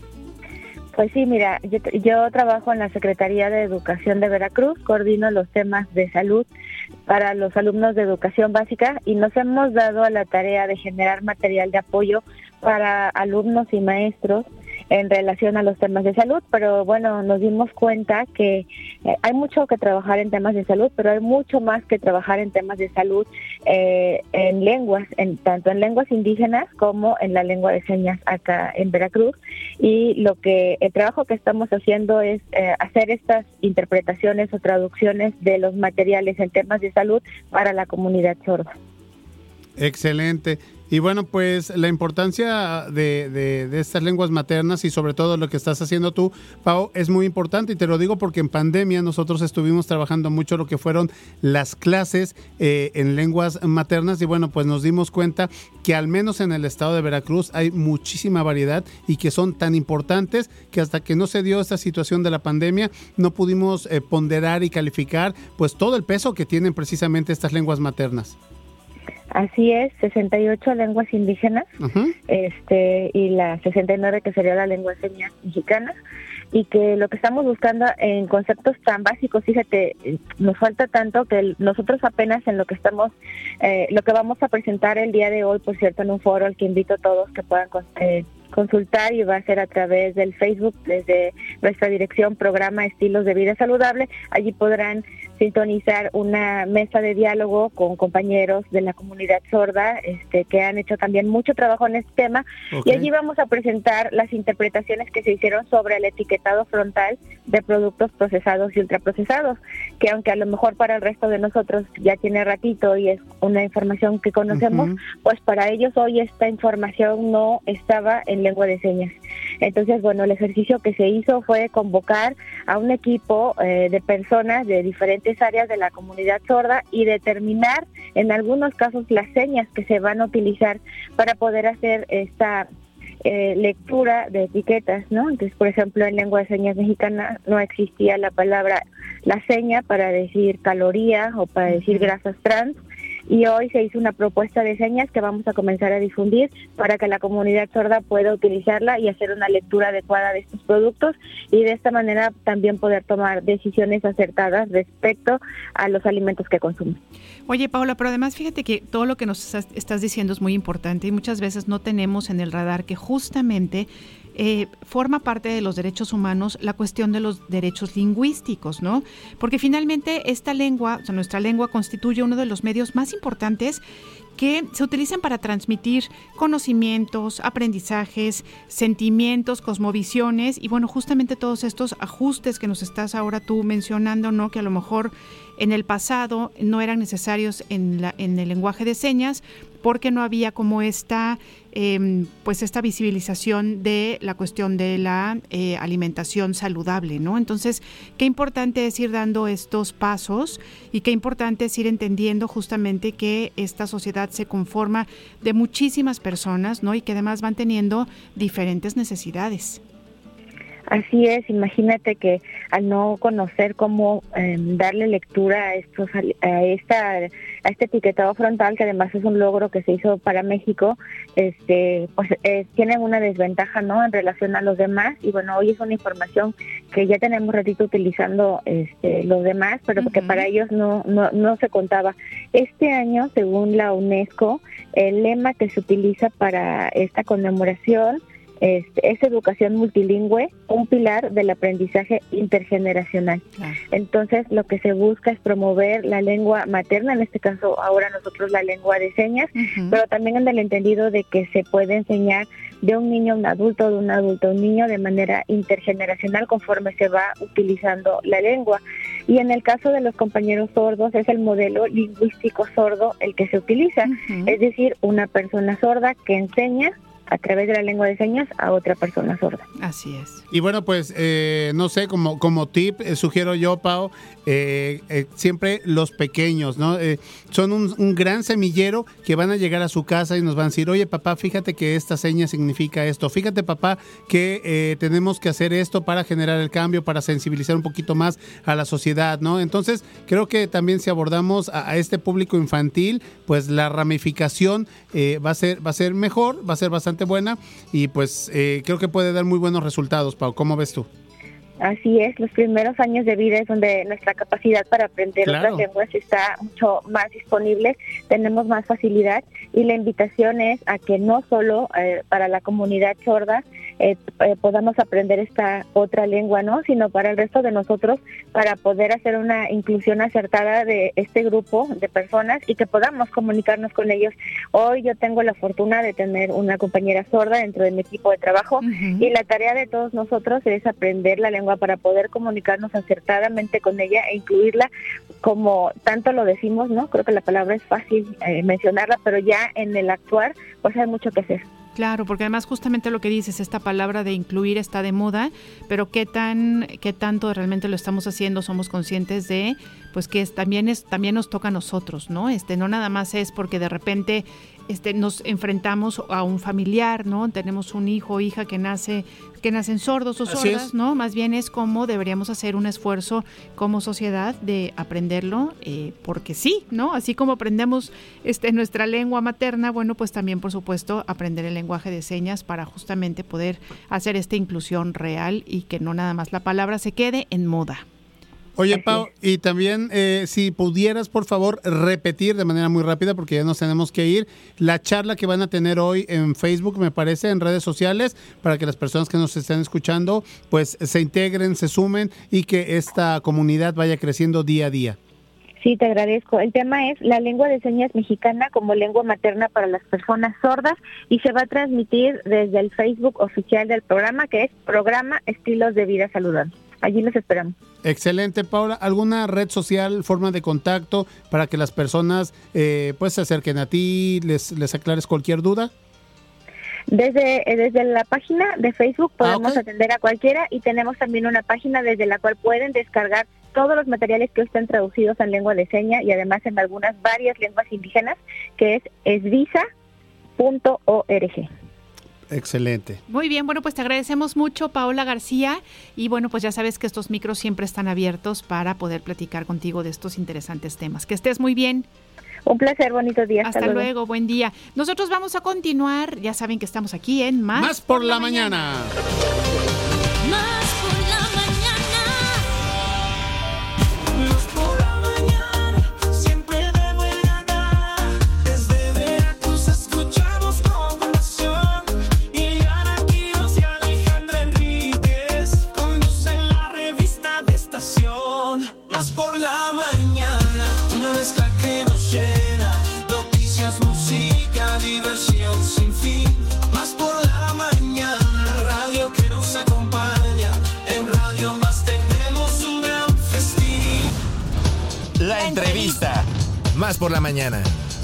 Pues sí, mira, yo, yo trabajo en la Secretaría de Educación de Veracruz, coordino los temas de salud para los alumnos de educación básica y nos hemos dado a la tarea de generar material de apoyo para alumnos y maestros en relación a los temas de salud, pero bueno, nos dimos cuenta que eh, hay mucho que trabajar en temas de salud, pero hay mucho más que trabajar en temas de salud eh, en lenguas, en tanto en lenguas indígenas como en la lengua de señas acá en Veracruz, y lo que el trabajo que estamos haciendo es eh, hacer estas interpretaciones o traducciones de los materiales en temas de salud para la comunidad sorda. Excelente. Y bueno, pues la importancia de, de, de estas lenguas maternas y sobre todo lo que estás haciendo tú, Pau, es muy importante, y te lo digo porque en pandemia nosotros estuvimos trabajando mucho lo que fueron las clases eh, en lenguas maternas, y bueno, pues nos dimos cuenta que al menos en el estado de Veracruz hay muchísima variedad y que son tan importantes que hasta que no se dio esta situación de la pandemia no pudimos eh, ponderar y calificar pues todo el peso que tienen precisamente estas lenguas maternas. Así es, sesenta y ocho lenguas indígenas, uh-huh. este y la sesenta y nueve que sería la lengua de señas mexicana, y que lo que estamos buscando en conceptos tan básicos, fíjate, nos falta tanto que nosotros apenas en lo que estamos, eh, lo que vamos a presentar el día de hoy, por cierto, en un foro al que invito a todos que puedan eh, consultar, y va a ser a través del Facebook, desde nuestra dirección Programa Estilos de Vida Saludable. Allí podrán sintonizar una mesa de diálogo con compañeros de la comunidad sorda este, que han hecho también mucho trabajo en este tema. Okay. Y allí vamos a presentar las interpretaciones que se hicieron sobre el etiquetado frontal de productos procesados y ultraprocesados, que aunque a lo mejor para el resto de nosotros ya tiene ratito y es una información que conocemos, uh-huh. pues para ellos hoy esta información no estaba en lengua de señas. Entonces, bueno, el ejercicio que se hizo fue convocar a un equipo eh, de personas de diferentes áreas de la comunidad sorda y determinar en algunos casos las señas que se van a utilizar para poder hacer esta eh, lectura de etiquetas, ¿no? Entonces, por ejemplo, en lengua de señas mexicana no existía la palabra, la seña para decir caloría o para decir grasas trans, y hoy se hizo una propuesta de señas que vamos a comenzar a difundir para que la comunidad sorda pueda utilizarla y hacer una lectura adecuada de estos productos, y de esta manera también poder tomar decisiones acertadas respecto a los alimentos que consumen. Oye, Paula, pero además fíjate que todo lo que nos estás diciendo es muy importante, y muchas veces no tenemos en el radar que justamente Eh, forma parte de los derechos humanos la cuestión de los derechos lingüísticos, ¿no? Porque finalmente esta lengua, o sea, nuestra lengua constituye uno de los medios más importantes que se utilizan para transmitir conocimientos, aprendizajes, sentimientos, cosmovisiones, y bueno, justamente todos estos ajustes que nos estás ahora tú mencionando, ¿no? Que a lo mejor en el pasado no eran necesarios en, la, en el lenguaje de señas, porque no había como esta, eh, pues esta visibilización de la cuestión de la eh, alimentación saludable, ¿no? Entonces, qué importante es ir dando estos pasos, y qué importante es ir entendiendo justamente que esta sociedad se conforma de muchísimas personas, ¿no? Y que además van teniendo diferentes necesidades. Así es, imagínate que al no conocer cómo eh, darle lectura a estos a esta a este etiquetado frontal, que además es un logro que se hizo para México, este pues eh, tienen una desventaja, ¿no?, en relación a los demás. Y bueno, hoy es una información que ya tenemos ratito utilizando este los demás, pero uh-huh. que para ellos no no no se contaba. Este año, según la UNESCO, el lema que se utiliza para esta conmemoración Es, es educación multilingüe, un pilar del aprendizaje intergeneracional. Claro. Entonces, lo que se busca es promover la lengua materna, en este caso ahora nosotros la lengua de señas, uh-huh. pero también en el entendido de que se puede enseñar de un niño a un adulto, de un adulto a un niño, de manera intergeneracional conforme se va utilizando la lengua. Y en el caso de los compañeros sordos, es el modelo lingüístico sordo el que se utiliza, uh-huh. es decir, una persona sorda que enseña a través de la lengua de señas a otra persona sorda. Así es. Y bueno, pues eh, no sé, como, como tip, eh, sugiero yo, Pau, eh, eh, siempre los pequeños, ¿no? Eh, son un, un gran semillero que van a llegar a su casa y nos van a decir, oye, papá, fíjate que esta seña significa esto. Fíjate, papá, que eh, tenemos que hacer esto para generar el cambio, para sensibilizar un poquito más a la sociedad, ¿no? Entonces, creo que también si abordamos a, a este público infantil, pues la ramificación eh, va a ser, va a ser mejor, va a ser bastante buena y pues eh, creo que puede dar muy buenos resultados, Pau. ¿Cómo ves tú? Así es, los primeros años de vida es donde nuestra capacidad para aprender Claro. otras lenguas está mucho más disponible, tenemos más facilidad y la invitación es a que no solo eh, para la comunidad sorda eh, eh, podamos aprender esta otra lengua, ¿no? Sino para el resto de nosotros, para poder hacer una inclusión acertada de este grupo de personas y que podamos comunicarnos con ellos. Hoy yo tengo la fortuna de tener una compañera sorda dentro de mi equipo de trabajo Ujú. y la tarea de todos nosotros es aprender la lengua para poder comunicarnos acertadamente con ella e incluirla como tanto lo decimos, ¿no? Creo que la palabra es fácil eh, mencionarla, pero ya en el actuar pues hay mucho que hacer. Claro, porque además justamente lo que dices, esta palabra de incluir está de moda, pero qué tan, qué tanto realmente lo estamos haciendo, somos conscientes de, pues que es, también es, también nos toca a nosotros, ¿no? Este, no nada más es porque de repente este, nos enfrentamos a un familiar, ¿no? Tenemos un hijo o hija que nace, que nacen sordos o Así sordas, es. ¿no? Más bien es como deberíamos hacer un esfuerzo como sociedad de aprenderlo, eh, porque sí, ¿no? Así como aprendemos este, nuestra lengua materna, bueno, pues también, por supuesto, aprender el lenguaje de señas para justamente poder hacer esta inclusión real y que no nada más la palabra se quede en moda. Oye, Así Pau, y también eh, si pudieras, por favor, repetir de manera muy rápida, porque ya nos tenemos que ir, la charla que van a tener hoy en Facebook, me parece, en redes sociales, para que las personas que nos estén escuchando, pues se integren, se sumen y que esta comunidad vaya creciendo día a día. Sí, te agradezco. El tema es la lengua de señas mexicana como lengua materna para las personas sordas y se va a transmitir desde el Facebook oficial del programa, que es Programa Estilos de Vida Saludable. Allí los esperamos. Excelente, Paula. ¿Alguna red social, forma de contacto para que las personas eh, pues se acerquen a ti, les, les aclares cualquier duda? Desde, eh, desde la página de Facebook podemos Ah, ok. atender a cualquiera y tenemos también una página desde la cual pueden descargar todos los materiales que están traducidos en lengua de seña y además en algunas varias lenguas indígenas, que es esvisa punto org. Excelente. Muy bien, bueno, pues te agradecemos mucho, Paola García, y bueno, pues ya sabes que estos micros siempre están abiertos para poder platicar contigo de estos interesantes temas. Que estés muy bien. Un placer, bonito día. Hasta, Hasta, luego. Buen día. Nosotros vamos a continuar, ya saben que estamos aquí en Más, Más por la mañana. Más por la mañana. Más por la mañana. Siempre de buena gana. Desde Veracruz escuchamos con pasión. Y Ana Quiroz y Alejandra Enríquez conducen la revista de estación. Más por la mañana. Una mezcla que nos llena. Noticias, música, diversión sin fin. Más por la mañana. Radio que nos acompaña. En Radio Más tenemos un gran festín. La entrevista. Más por la mañana.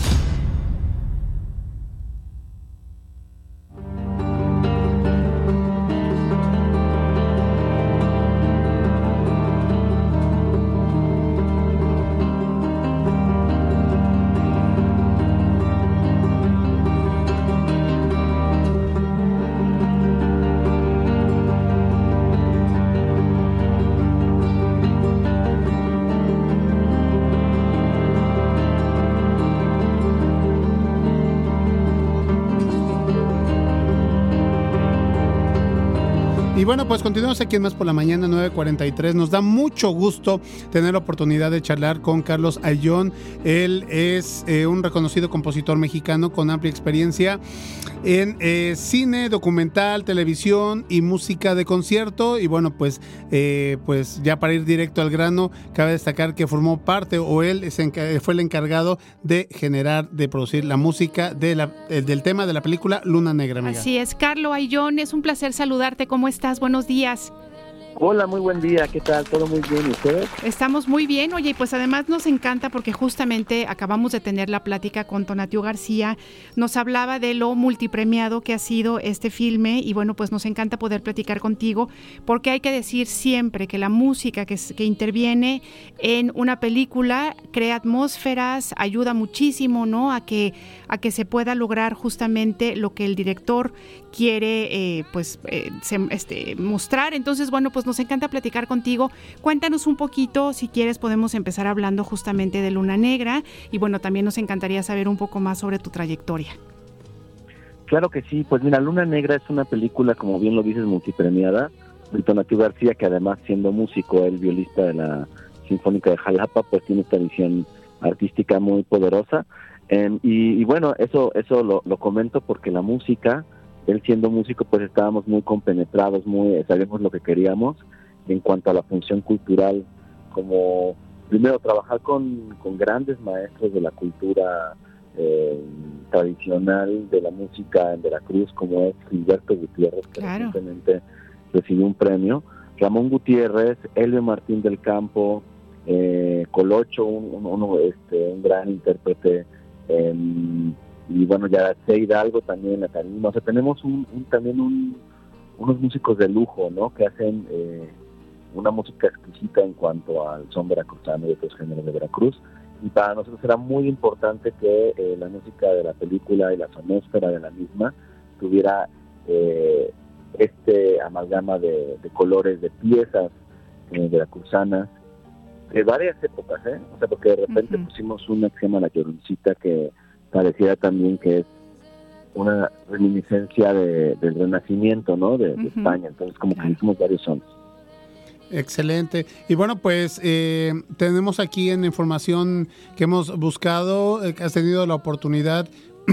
Y bueno, pues continuamos aquí en Más por la Mañana, nueve cuarenta y tres. Nos da mucho gusto tener la oportunidad de charlar con Carlos Ayllón. Él es eh, un reconocido compositor mexicano con amplia experiencia en eh, cine, documental, televisión y música de concierto. Y bueno, pues, eh, pues ya para ir directo al grano, cabe destacar que formó parte, o él es enca- fue el encargado de generar, de producir la música de la, eh, del tema de la película Luna Negra, amiga. Así es, Carlos Ayllón, es un placer saludarte. ¿Cómo estás? Buenos días. Hola, muy buen día, ¿qué tal? ¿Todo muy bien? ¿Y ustedes? Estamos muy bien, oye, y pues además nos encanta porque justamente acabamos de tener la plática con Tonatiuh García, nos hablaba de lo multipremiado que ha sido este filme y bueno, pues nos encanta poder platicar contigo porque hay que decir siempre que la música que, que interviene en una película crea atmósferas, ayuda muchísimo, ¿no? A que, a que se pueda lograr justamente lo que el director quiere eh, pues eh, se, este, mostrar. Entonces, bueno, pues nos encanta platicar contigo. Cuéntanos un poquito, si quieres podemos empezar hablando justamente de Luna Negra y bueno, también nos encantaría saber un poco más sobre tu trayectoria. Claro que sí, pues mira, Luna Negra es una película, como bien lo dices, multipremiada, de Tonatiuh García, que además siendo músico, el violista de la Sinfónica de Jalapa, pues tiene esta visión artística muy poderosa. Eh, y, y bueno, eso eso lo, lo comento porque la música, él siendo músico, pues estábamos muy compenetrados, muy sabíamos lo que queríamos en cuanto a la función cultural, como primero trabajar con, con grandes maestros de la cultura eh, tradicional de la música en Veracruz, como es Gilberto Gutiérrez, que claro. recientemente recibió un premio, Ramón Gutiérrez, Elvio Martín del Campo, eh, Colocho, un, un, un, este, un gran intérprete, eh, y bueno, ya C. Hidalgo también, la tarima. O sea, tenemos un, un, también un, unos músicos de lujo, ¿no? Que hacen eh, una música exquisita en cuanto al son veracruzano y otros géneros de Veracruz. Y para nosotros era muy importante que eh, la música de la película y la sonósfera de la misma tuviera eh, este amalgama de, de colores, de piezas eh, veracruzanas, de varias épocas, ¿eh? O sea, porque de repente uh-huh. pusimos una que se llama La Lloroncita, que pareciera también que es una reminiscencia de, del Renacimiento, ¿no? De, uh-huh. de España. Entonces, como claro. que hicimos varios sons. Excelente. Y bueno, pues eh, tenemos aquí en información que hemos buscado, eh, que has tenido la oportunidad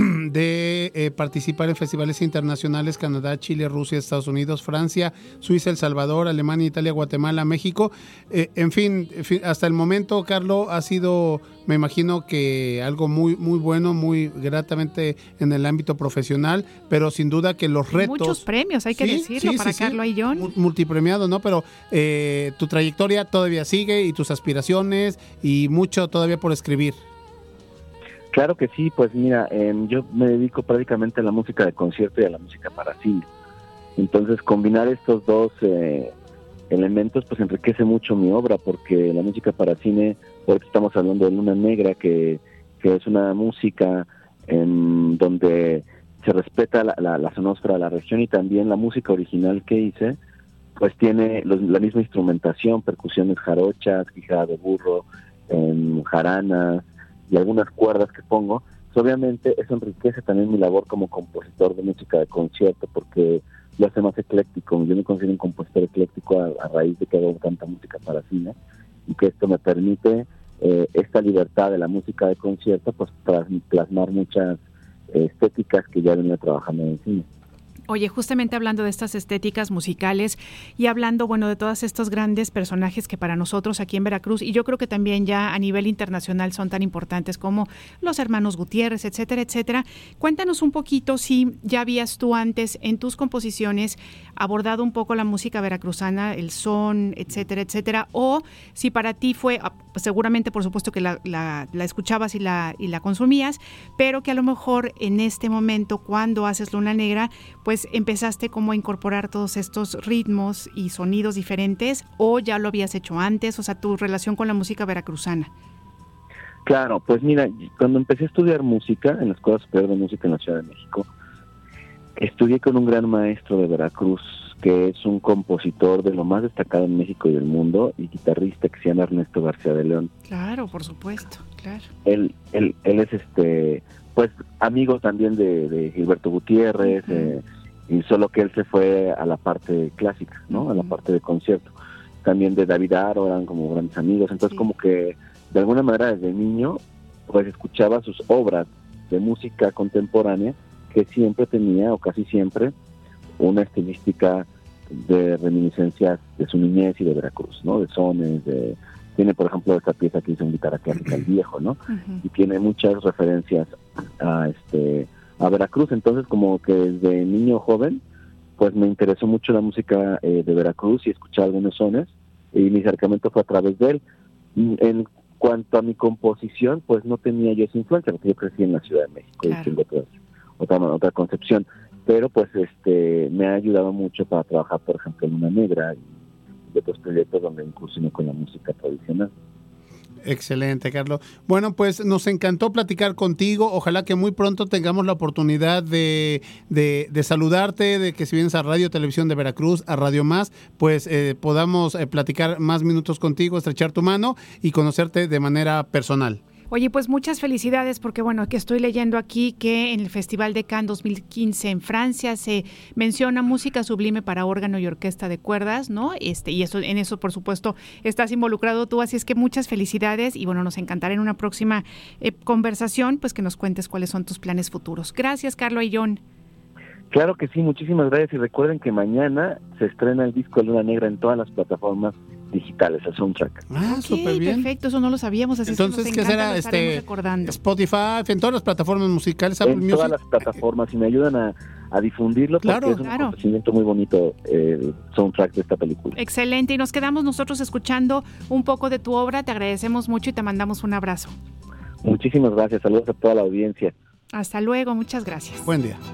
de eh, participar en festivales internacionales: Canadá, Chile, Rusia, Estados Unidos, Francia, Suiza, El Salvador, Alemania, Italia, Guatemala, México. Eh, en fin, hasta el momento, Carlos, ha sido, me imagino que algo muy muy bueno, muy gratamente en el ámbito profesional, pero sin duda que los retos... Muchos premios, hay que sí, decirlo, sí, para sí, Carlos sí. y John. Multipremiado, ¿no? Pero eh, tu trayectoria todavía sigue y tus aspiraciones y mucho todavía por escribir. Claro que sí, pues mira, eh, yo me dedico prácticamente a la música de concierto y a la música para cine. Entonces, combinar estos dos eh, elementos pues enriquece mucho mi obra, porque la música para cine, hoy estamos hablando de Luna Negra, que, que es una música en donde se respeta la, la, la sonósfera de la región, y también la música original que hice pues tiene los, la misma instrumentación, percusiones jarochas, quijada de burro, eh, jaranas y algunas cuerdas que pongo. Pues obviamente eso enriquece también mi labor como compositor de música de concierto, porque lo hace más ecléctico. Yo me considero un compositor ecléctico a, a raíz de que hago tanta música para cine, y que esto me permite eh, esta libertad de la música de concierto, pues tras, plasmar muchas eh, estéticas que ya venía trabajando en cine. Oye, justamente hablando de estas estéticas musicales y hablando, bueno, de todos estos grandes personajes que para nosotros aquí en Veracruz, y yo creo que también ya a nivel internacional son tan importantes como los hermanos Gutiérrez, etcétera, etcétera. Cuéntanos un poquito si ya habías tú antes en tus composiciones abordado un poco la música veracruzana, el son, etcétera, etcétera, o si para ti fue, seguramente por supuesto que la, la, la escuchabas y la, y la consumías, pero que a lo mejor en este momento, cuando haces Luna Negra, pues pues empezaste como a incorporar todos estos ritmos y sonidos diferentes, o ya lo habías hecho antes, o sea, tu relación con la música veracruzana. Claro, pues mira, cuando empecé a estudiar música en la Escuela Superior de Música en la Ciudad de México, estudié con un gran maestro de Veracruz, que es un compositor de lo más destacado en México y del mundo, y guitarrista, que se llama Ernesto García de León. Claro, por supuesto, claro. Él, él, él es este, pues amigo también de, de Gilberto Gutiérrez, uh-huh. eh, y solo que él se fue a la parte clásica, ¿no? Uh-huh. A la parte de concierto. También de David Aro, eran como grandes amigos. Entonces, sí. como que de alguna manera desde niño, pues escuchaba sus obras de música contemporánea, que siempre tenía, o casi siempre, una estilística de reminiscencias de su niñez y de Veracruz, ¿no? De sones, de... Tiene, por ejemplo, esta pieza que hizo en guitarra clásica, El Viejo, ¿no? Uh-huh. Y tiene muchas referencias a este... a Veracruz. Entonces, como que desde niño joven, pues me interesó mucho la música eh, de Veracruz y escuché algunos sones, y mi acercamiento fue a través de él. En cuanto a mi composición, pues no tenía yo esa influencia, porque yo crecí en la Ciudad de México, claro. Y tengo otra, otra, otra concepción, pero pues este me ha ayudado mucho para trabajar, por ejemplo, en Una Negra y de otros proyectos donde incursioné con la música tradicional. Excelente, Carlos. Bueno, pues nos encantó platicar contigo. Ojalá que muy pronto tengamos la oportunidad de, de, de saludarte, de que si vienes a Radio Televisión de Veracruz, a Radio Más, pues eh, podamos eh, platicar más minutos contigo, estrechar tu mano y conocerte de manera personal. Oye, pues muchas felicidades, porque bueno, que estoy leyendo aquí que en el Festival de Cannes dos mil quince en Francia se menciona música sublime para órgano y orquesta de cuerdas, ¿no? Este, y eso, en eso, por supuesto, estás involucrado tú, así es que muchas felicidades y bueno, nos encantará en una próxima eh, conversación, pues que nos cuentes cuáles son tus planes futuros. Gracias, Carlo Ayllón. Claro que sí, muchísimas gracias, y recuerden que mañana se estrena el disco de Luna Negra en todas las plataformas digitales, el soundtrack. Ah, okay, súper bien. Perfecto, eso no lo sabíamos, así entonces, es que ¿qué será? Este, Spotify, en todas las plataformas musicales, Apple en Music. todas las plataformas, y me ayudan a, a difundirlo, porque claro, es un claro. acontecimiento muy bonito, eh, el soundtrack de esta película. Excelente, y nos quedamos nosotros escuchando un poco de tu obra, te agradecemos mucho y te mandamos un abrazo. Muchísimas gracias, saludos a toda la audiencia. Hasta luego, muchas gracias. Buen día.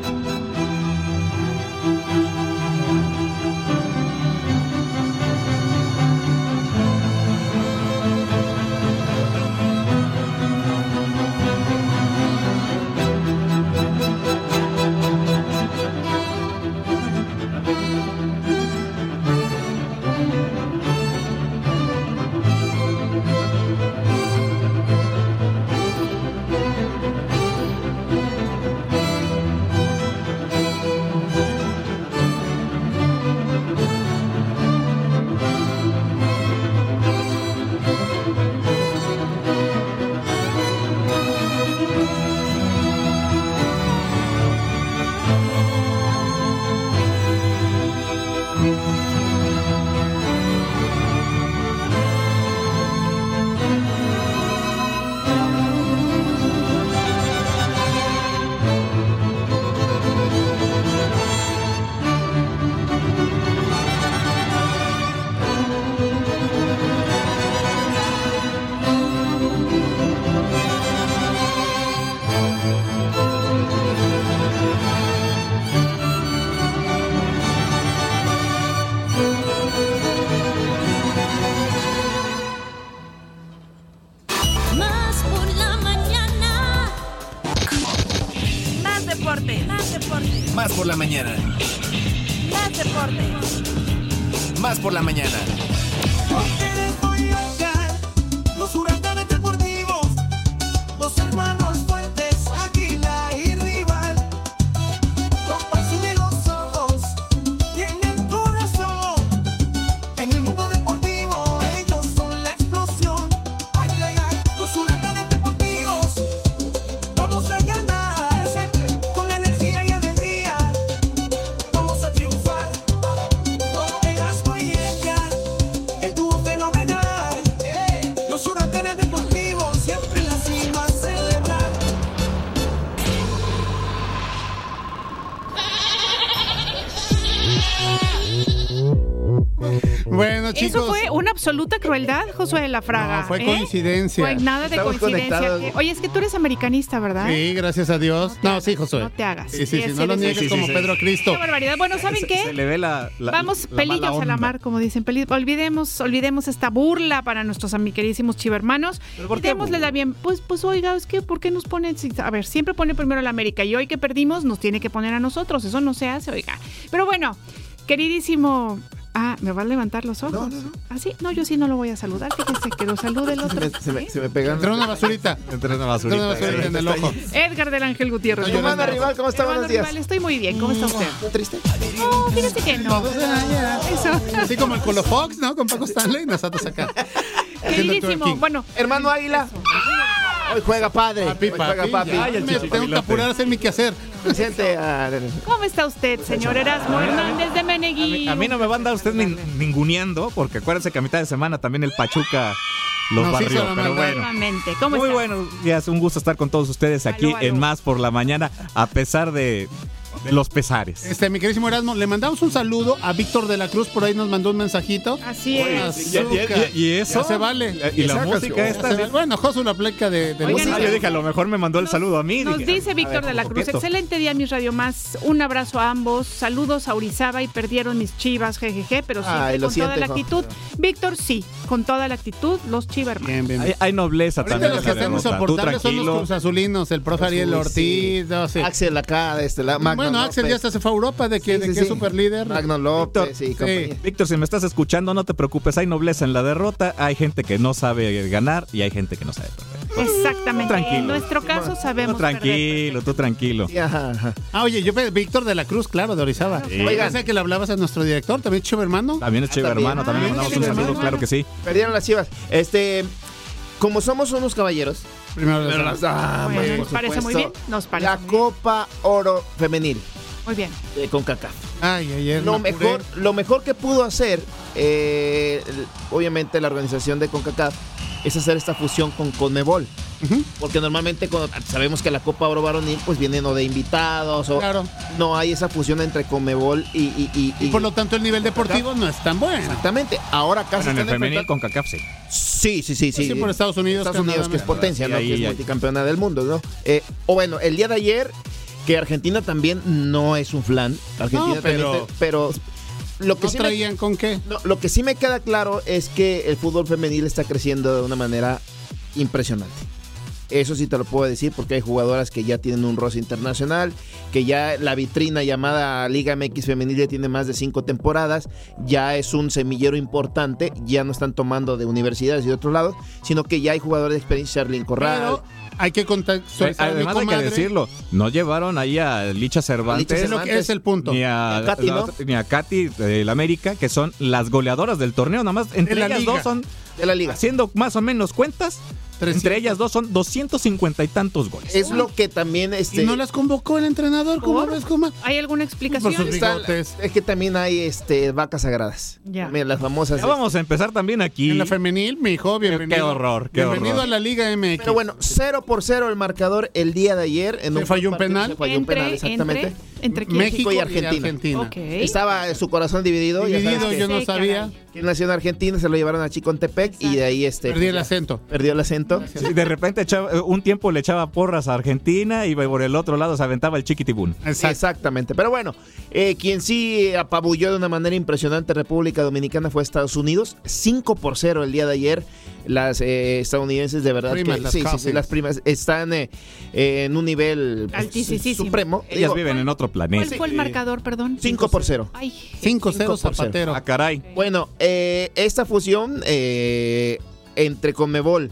Más por la mañana. Más deporte. Más por la mañana. Los huracanes deportivos, los hermanos fuertes, Águila y Rival, los pasos de los ojos y en el corazón. En el mundo deportivo ellos son la explosión. Ay, ay, ay, los huracanes deportivos, vamos a ganar con energía y alegría. Vamos a triunfar con Erasmo y Edgar, el dúo fenomenal. Los huracanes deportivos siempre en la cima a celebrar. Bueno, chicos. Eso fue una absoluta crueldad, Josué de la Fraga. No, fue ¿eh? coincidencia. Fue nada de Estamos coincidencia. conectados. Oye, es que tú eres americanista, ¿verdad? Sí, gracias a Dios. No, No sí, Josué. No te hagas. Sí, sí, sí, Sí, no sí, lo sí, niegues sí, como sí, Pedro Cristo. Qué barbaridad. Bueno, ¿saben se, qué? Se le ve la, la Vamos la pelillos mala a la onda. mar, como dicen. Peli- olvidemos, olvidemos esta burla para nuestros ami- queridísimos chivermanos. ¿Pero por Y qué démosle la bien. Pues, pues, oiga, es que ¿por qué nos ponen? si- A ver, siempre pone primero a la América y hoy que perdimos nos tiene que poner a nosotros. Eso no se hace, oiga. Pero bueno, queridísimo. Ah, ¿me va a levantar los ojos? No, no, no. ¿Ah, sí? No, yo sí no lo voy a saludar. Fíjense que lo salude el Se otro. me, se me, se me pegan. Entró una basurita. Entró una Entró basurita. una basurita en el ojo. Edgar del Ángel Gutiérrez. Estoy Hermano Rival, ¿cómo está? Hermano Buenos días. Rival, estoy muy bien. ¿Cómo está usted? ¿Está triste? No, fíjese que no. Eso. Así como el Colo Fox, ¿no? Con Paco Stanley, nosotros acá. haciendo el Queridísimo. twerking. Bueno, Hermano Águila. Hoy juega padre. Papi, Hoy juega papi, papi. ya, Ay, el me tengo que apurar a hacer mi quehacer. Presente a... ¿cómo está usted, señor Erasmo Hernández de A Menegui? mí, a mí no me va a andar usted nin- ninguneando, porque acuérdense que a mitad de semana también el Pachuca los Nos hizo barrió. la Pero maldad. bueno, Nuevamente. ¿Cómo muy está? buenos días, un gusto estar con todos ustedes aquí Aló, aló. en Más por la Mañana, a pesar de de los pesares. Este, mi queridísimo Erasmo, le mandamos un saludo a Víctor de la Cruz, por ahí nos mandó un mensajito. Así es. Azúcar. ¿Y, y- y eso? Ya se vale. ¿Y la Esa música canción, esta? ya se vale. Bueno, Josu la pleca de, de Oigan, música. Ah, yo dije, a lo mejor me mandó el saludo a mí. Nos Dije, dice a Víctor ver, de la ¿por Cruz, qué esto? excelente día, mis Radio Más. Un abrazo a ambos. Saludos a Orizaba y perdieron mis Chivas, jejeje, pero siempre Ay, lo con toda siento, la hijo. actitud. Víctor, sí, con toda la actitud, los Chivas, hermano. Bien, bien, bien. Hay, hay nobleza Ahorita también. los en que la están derrota. Tú insoportables son los tranquilo. cruzazulinos, el profe Ariel Uy, Ortiz, sí. no sé. Axel acá, este, la Magno Bueno, Axel ya López. hasta se fue a Europa de que, Sí, de sí, que es sí. super líder. Magno López y Sí. compañía. Víctor, si me estás escuchando, no te preocupes. Hay nobleza en la derrota. Hay gente que no sabe ganar y hay gente que no sabe perder. Exactamente. Tranquilo. En nuestro caso sabemos Tú tranquilo, tú tranquilo. Sí, ajá, ajá. Ah, oye, yo, Víctor de la Cruz, claro, de Orizaba. Sí. Oigan, sé que le hablabas a nuestro director, también Chivo hermano. También es chivo, también. hermano. También le Ah, mandamos sí, un sí, saludo, sí. claro que sí. Perdieron las Chivas. Este, como somos unos caballeros. Primero Primero las- las damos, Bueno, por nos parece muy supuesto. bien. Nos parece La muy bien. Copa Oro Femenil Muy bien. de CONCACAF. Ay, ayer Lo me apuré. mejor, lo mejor que pudo hacer, eh, el- obviamente, la organización de CONCACAF es hacer esta fusión con CONMEBOL. Ujú. Porque normalmente cuando sabemos que la Copa Oro Varonil pues vienen o de invitados o Claro. no hay esa fusión entre CONMEBOL y, y, y, Y por lo tanto el nivel deportivo no es tan bueno. Exactamente. Ahora acá Bueno, se en el están femenil enfrentando- con CACAF sí. Sí, sí, sí, sí. Sí, por Estados Unidos, Estados Unidos, Canadá, que es potencia, sí, ¿no? ahí, que es ahí. multicampeona del mundo, ¿no? Eh, o bueno, el día de ayer, que Argentina también no es un flan. Argentina No, pero- también, te- pero lo que ¿No sí me- traían con qué? no, lo que sí me queda claro es que el fútbol femenil está creciendo de una manera impresionante. Eso sí te lo puedo decir porque hay jugadoras que ya tienen un roce internacional, que ya la vitrina llamada Liga M X Femenil ya tiene más de cinco temporadas, ya es un semillero importante, ya no están tomando de universidades y de otros lados, sino que ya hay jugadores de experiencia, Charlyn Corral. Pero hay que contextualizar. Además hay que decirlo, no llevaron ahí a Licha Cervantes, Licha Es lo que es el punto. ni a, Y a Katy, la ¿no? otra- ni a Katy del América, que son las goleadoras del torneo. Nada más entre De la ellas liga. dos son, de la liga. haciendo más o menos cuentas, trescientos. entre ellas dos son doscientos cincuenta y tantos goles. Es lo que también este Y no las convocó el entrenador, ¿cómo ¿Por? ves, Kuma? ¿Hay alguna explicación? Por sus está- bigotes. es que también hay este vacas sagradas. Ya. Mira, las famosas. Ya vamos a empezar también aquí. En la femenil, mi hijo, bienvenido. Qué horror, qué Bienvenido horror. a la Liga M X. Pero bueno, cero por cero el marcador el día de ayer. En ¿Se falló un partido penal? Se falló un Entre, penal, exactamente. entre, ¿entre quién? México y y Argentina. Argentina. Ok. Estaba eh, su corazón dividido. ya Dividido, sabes yo que- no Sí, sabía. caray. quien nació en Argentina se lo llevaron a Chicontepec y de ahí este Perdí pues, el ya, acento. perdió el acento. Sí, de repente echaba- un tiempo le echaba porras a Argentina y por el otro lado se aventaba el chiquitibún. Exacto. Exactamente. Pero bueno, eh, quien sí apabulló de una manera impresionante República Dominicana fue Estados Unidos. cinco por cero el día de ayer. Las eh, estadounidenses de verdad Primas, que las sí, sí, sí, Cousins. las primas están eh, eh, en un nivel pues, Altísimo. supremo. Ellas Digo, viven en otro ¿Cuál planeta. fue el marcador, perdón? cinco por cero. Ay, cinco cinco cero por cero. Zapatero. Ah, caray. Bueno, eh, esta fusión eh, entre Conmebol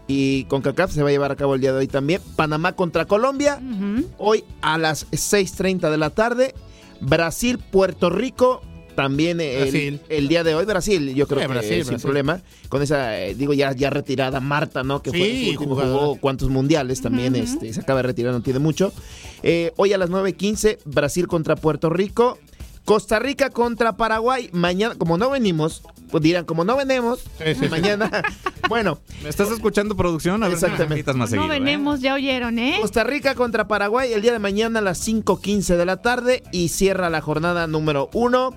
y CONCACAF se va a llevar a cabo el día de hoy también. Panamá contra Colombia, ujú. hoy a las seis treinta de la tarde. Brasil, Puerto Rico, también el, Brasil. el día de hoy. Brasil, yo creo Sí, que Brasil, sin Brasil. problema. Con esa, eh, digo, ya, ya retirada Marta, ¿no? Que fue Sí, su último, jugadora. jugó cuantos mundiales también, Ujú. este, se acaba de retirar, no tiene mucho. Eh, hoy a las nueve quince, Brasil contra Puerto Rico. Costa Rica contra Paraguay. Mañana, como no venimos, pues dirán, como no venimos, Sí, sí, sí. mañana, bueno, ¿Me estás escuchando, producción? A ver si me Exactamente. invitas más No seguido, ¿eh? venemos, ya oyeron, ¿eh? Costa Rica contra Paraguay el día de mañana a las cinco quince de la tarde y cierra la jornada número uno.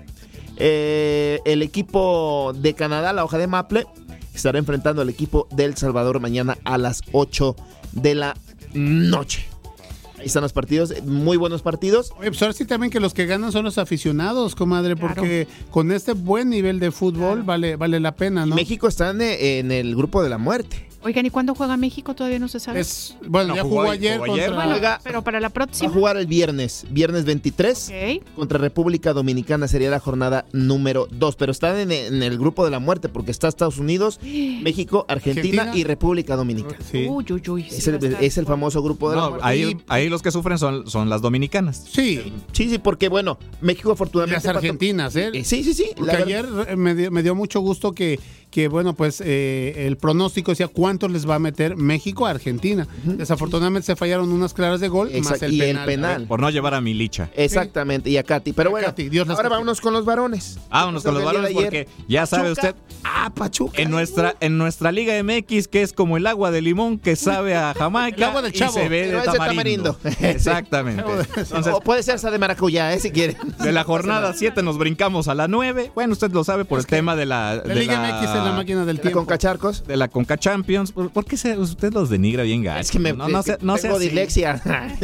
Eh, el equipo de Canadá, la hoja de Maple, estará enfrentando al equipo de El Salvador mañana a las ocho de la noche. Ahí están los partidos, muy buenos partidos. Oye, pues ahora sí también que los que ganan son los aficionados, comadre, Claro. porque con este buen nivel de fútbol vale, vale la pena, ¿no? México está en, en el grupo de la muerte. Oigan, ¿y cuándo juega México? Todavía no se sabe. Es, bueno, No, ya jugó jugó, ayer, ayer jugó contra... ayer. Bueno, Juega- pero para la Va a próxima. jugar el viernes, viernes veintitrés. Ok. Contra República Dominicana sería la jornada número dos, pero están en, en el grupo de la muerte porque está Estados Unidos, México, Argentina, Argentina. y República Dominicana. Sí. Uy, uy, uy. sí Es el, va a estar es el fuerte. famoso grupo de la No, muerte. ahí, Y- ahí los que sufren son, son las dominicanas. Sí, sí, sí, porque bueno, México afortunadamente... las pasó- argentinas, ¿eh? Eh, sí, sí, sí. Porque la ayer eh, me dio, me dio mucho gusto que, que bueno, pues eh, el pronóstico decía cuánto cuántos les va a meter México a Argentina. Uh-huh. Desafortunadamente se fallaron unas claras de gol, Exacto, más el y penal. el penal. Por no llevar a Milicha. Exactamente, y a Katy. Pero a bueno, Katy, Dios ahora vámonos con los varones. Vámonos con los varones porque ya sabe Pachuca. usted, Ah, Pachuca. en nuestra, en nuestra Liga M X, que es como el agua de limón que sabe a Jamaica El agua del y chavo. se ve Pero de es de tamarindo. tamarindo. Exactamente. Entonces, O puede ser hasta de maracuyá, eh, si quieren. de la jornada siete nos brincamos a la nueve. Bueno, usted lo sabe por el tema de la... La de Liga M X es la máquina del La tiempo. Concacharcos. de la Conca Champions. ¿Por, por qué se, usted los denigra bien gacho? Es que me no, no es sea, que no tengo sea así. dislexia.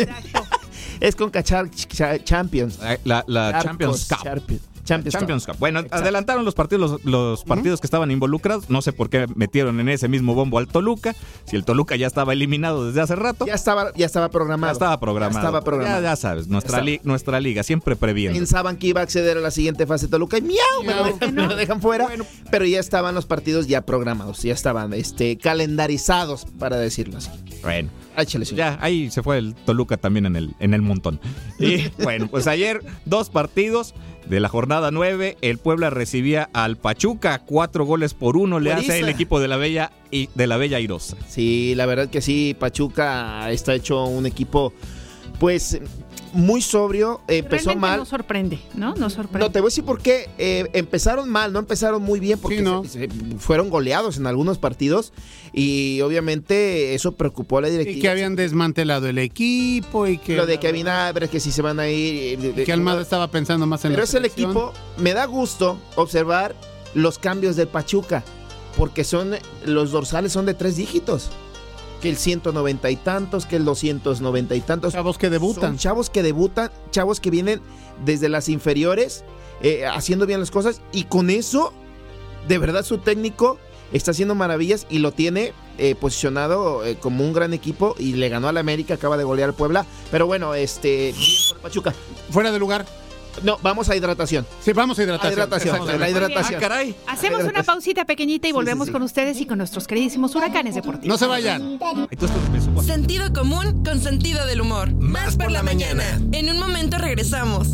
Es Concachar Champions. La, la Charcos, Champions Cup. Champions, Champions, Champions Cup. Cup. Bueno, Exacto. adelantaron los partidos, los, los partidos uh-huh. que estaban involucrados. No sé por qué metieron en ese mismo bombo al Toluca. Si el Toluca ya estaba eliminado desde hace rato. Ya estaba, ya estaba programado. Ya estaba programado. Ya estaba programado. Ya, ya sabes, nuestra, Ya li- nuestra liga, siempre previendo. Pensaban que iba a acceder a la siguiente fase Toluca y miau, me lo dejan, me lo dejan fuera. Bueno, pero ya estaban los partidos ya programados, ya estaban este, calendarizados, para decirlo así. Bueno. Échale, sí. Ya, ahí se fue el Toluca también en el, en el montón. Y bueno, pues ayer dos partidos de la jornada nueve. El Puebla recibía al Pachuca, cuatro goles por uno le Bueniza. hace el equipo de la Bella y de la Bella Airosa. Sí, la verdad que sí, Pachuca está hecho un equipo, pues, muy sobrio. Empezó Realmente mal. nos sorprende, ¿no? Nos sorprende. No, te voy a decir por qué. Eh, empezaron mal, no empezaron muy bien porque Sí, ¿no? se- se fueron goleados en algunos partidos y obviamente eso preocupó a la directiva. Y que habían desmantelado el equipo y que... Lo de Kevin Álvarez, que si se van a ir. y que Almada estaba pensando más en Pero la es el selección. equipo, me da gusto observar los cambios del Pachuca, porque son los dorsales son de tres dígitos. Que el ciento noventa y tantos, que el doscientos noventa y tantos. Chavos que debutan. Son chavos que debutan, chavos que vienen desde las inferiores, eh, haciendo bien las cosas, y con eso, de verdad, su técnico está haciendo maravillas y lo tiene eh, posicionado eh, como un gran equipo, y le ganó al América, acaba de golear al Puebla. Pero bueno, este, bien por Pachuca. Fuera de lugar. No, vamos a hidratación. Sí, vamos a hidratación. A hidratación, Exacto. la hidratación. Ah, caray. Hacemos una pausita pequeñita y volvemos sí. con ustedes y con nuestros queridísimos huracanes deportivos. No se vayan. Entonces me subo. Sentido común con sentido del humor. Más por la mañana. En un momento regresamos.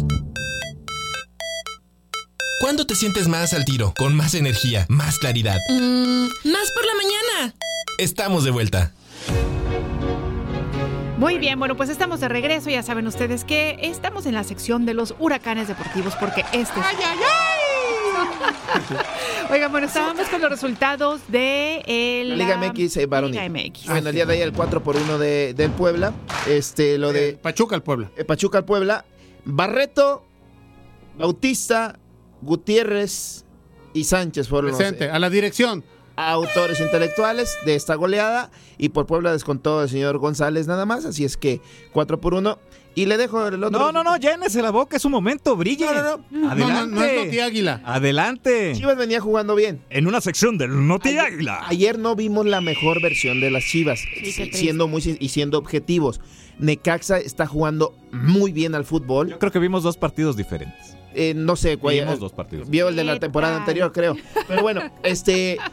¿Cuándo te sientes más al tiro? Con más energía, más claridad. Mm, más por la mañana. Estamos de vuelta. Muy bien, bueno, pues estamos de regreso. Ya saben ustedes que estamos en la sección de los huracanes deportivos porque este... ¡Ay, ay, ay! Oigan, bueno, estábamos con los resultados de el, La Liga M X, eh, varonil. Liga M X. Bueno, el día de ayer el cuatro por uno de, del Puebla. Este, lo de Pachuca al Puebla. eh, Pachuca al Puebla. Barreto, Bautista, Gutiérrez y Sánchez fueron los, Presente, eh, a la dirección. autores intelectuales de esta goleada, y por Puebla descontó el señor González nada más, así es que cuatro por uno. Y le dejo el otro. No, no, no, llénese la boca, es un momento, brille. No, no, no. Adelante. No, no, no es Noti Águila. Adelante. Chivas venía jugando bien. En una sección del Noti Ayer, Águila. ayer no vimos la mejor versión de las Chivas, qué triste. siendo muy sin- y siendo objetivos. Necaxa está jugando muy bien al fútbol. Yo creo que vimos dos partidos diferentes. Eh, no sé cuál. Vimos dos partidos. Vio el de la ¿Qué temporada tal? anterior, creo. Pero bueno, este eh,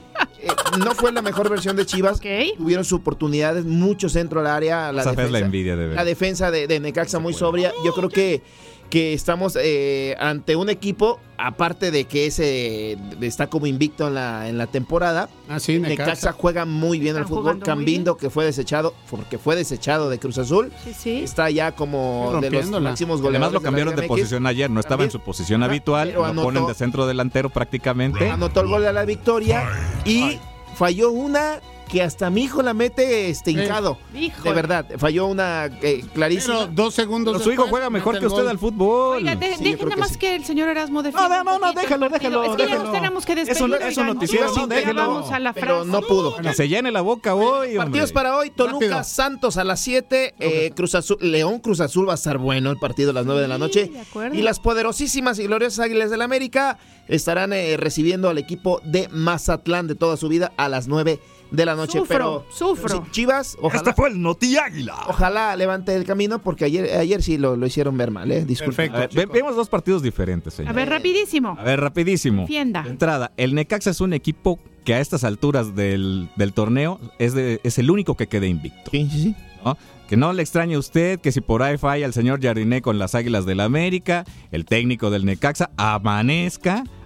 no fue la mejor versión de Chivas. Ok. Tuvieron sus oportunidades, mucho centro al área. La Esa fe es la defensa, envidia de ver. la defensa de, de Necaxa muy sobria. Yo creo que, que estamos eh, ante un equipo, aparte de que ese está como invicto en la, en la temporada. Ah, sí, Necaxa. Necaxa. juega muy bien al Están fútbol. jugando muy Cambindo, que fue desechado, porque fue desechado de Cruz Azul, Sí, sí. está ya como de los Rompiéndola. máximos goleadores. Además lo de la cambiaron Liga de M X. posición ayer, no estaba en su posición Ajá, habitual, pero lo anotó- ponen de centro delantero prácticamente. Anotó el gol de la victoria y falló una que hasta mi hijo la mete este hincado. Híjole. De verdad, falló una eh, clarísima. Pero dos segundos Pero su hijo después, juega mejor mete que el usted gol. al fútbol. Oiga, de- Sí, yo dejen creo nada que más sí. que el señor Erasmo defienda. No, no, no, un poquito déjalo, el partido. déjalo, Es que ya déjalo. nos tenemos que Es un- despedir. es un oigan. noticiero, Sí, sí, ya déjelo. vamos a la Pero frase. no pudo. Que se llene la boca hoy, Partidos hombre. para hoy, Toluca, Rápido. Santos a las siete, eh, Cruz Azul, León Cruz Azul va a estar bueno el partido a las nueve de la noche. de acuerdo. Y las poderosísimas y gloriosas Águilas del América estarán eh, recibiendo al equipo de Mazatlán de toda su vida a las nueve de la noche. Sufro, Pero sufro. sí, Chivas, ojalá, Este fue el Noti Águila. ojalá levante el camino, porque ayer, ayer sí lo, lo hicieron ver mal, ¿eh? Disculpen. Perfecto. A ver, ve- vemos dos partidos diferentes, señor. A ver, rapidísimo. A ver, rapidísimo. Defienda. De entrada, el Necaxa es un equipo que a estas alturas del, del torneo es, de, es el único que queda invicto. Sí, sí, sí. ¿No? Que no le extrañe a usted que si por ahí falla el señor Jardiné con las Águilas del América, el técnico del Necaxa amanezca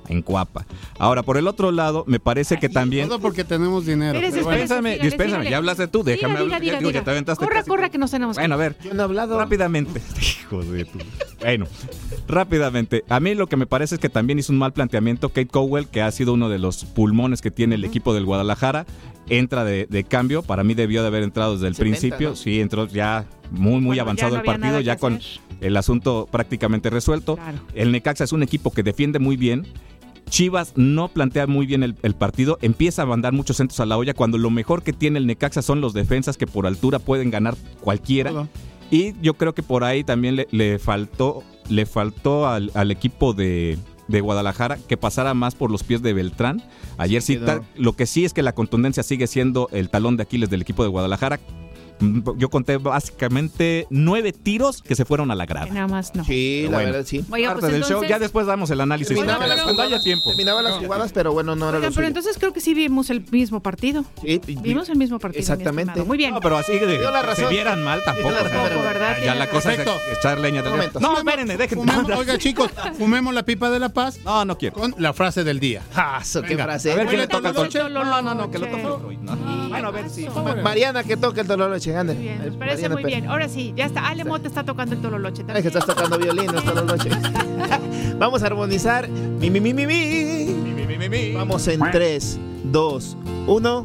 en Cuapa. Ahora, por el otro lado, me parece que también... Todo porque tenemos dinero. Espérese, Pero bueno. Dispénsame, sígale, dispénsame, sígale. ya hablaste tú, déjame Diga, hablar. diga, Ya digo, diga. ya te aventaste Corra, casi. corra, que nos tenemos que Bueno, a ir. ver, Yo no he hablado. rápidamente. Hijo de tu... Bueno, rápidamente. A mí lo que me parece es que también hizo un mal planteamiento Kate Cowell, que ha sido uno de los pulmones que tiene el equipo del Guadalajara. Entra de, de cambio. Para mí debió de haber entrado desde el Se inventa, principio. ¿no? Sí, entró ya muy, muy Bueno, avanzado ya no el había partido, nada ya que con hacer. el asunto prácticamente resuelto. Claro. El Necaxa es un equipo que defiende muy bien. Chivas no plantea muy bien el, el partido, empieza a mandar muchos centros a la olla cuando lo mejor que tiene el Necaxa son los defensas que por altura pueden ganar cualquiera. Todo. Y yo creo que por ahí también le, le faltó, le faltó al, al equipo de, de Guadalajara que pasara más por los pies de Beltrán. Ayer sí, quedó. ta- lo que sí es que la contundencia sigue siendo el talón de Aquiles del equipo de Guadalajara. Mm, Yo conté básicamente nueve tiros que se fueron a la grada. Que nada más no. Sí, la Bueno. verdad, sí. Oiga, Parte pues del show, entonces... ya después damos el análisis. Terminaba Oiga, las pero- Cuando haya jugadas, tiempo. terminaba las jugadas, pero bueno, no era Oigan, lo pero suyo. entonces creo que sí vimos el mismo partido. Sí, y- Vimos el mismo partido. mi Exactamente. estimado. Muy bien. No, pero así de Dio la que se razón. vieran mal tampoco. Dio la o sea, razón, Tampoco, ¿verdad? ya Tiene la cosa Perfecto. es echar leña del Un momento. No, espérenme, déjenme. Fumemos- oiga, chicos, fumemos la pipa de la paz No, no quiero. con la frase del día. Ah, eso, qué Venga. frase. A ver, ¿qué Huele le toca al Tololoche. Tololoche? No, no, no, que lo Tololoche. toque Freud, no. Bueno, a ver si. Mariana, que toque el Tololoche, ande. Muy bien, Ay, nos parece Mariana, muy pe- bien. Ahora sí, ya está. Ale Mota está tocando el Tololoche Ay, también. que estás tocando violín, no es Tololoche. Vamos a armonizar. Mi, mi, mi, mi, mi. Vamos en tres, dos, uno.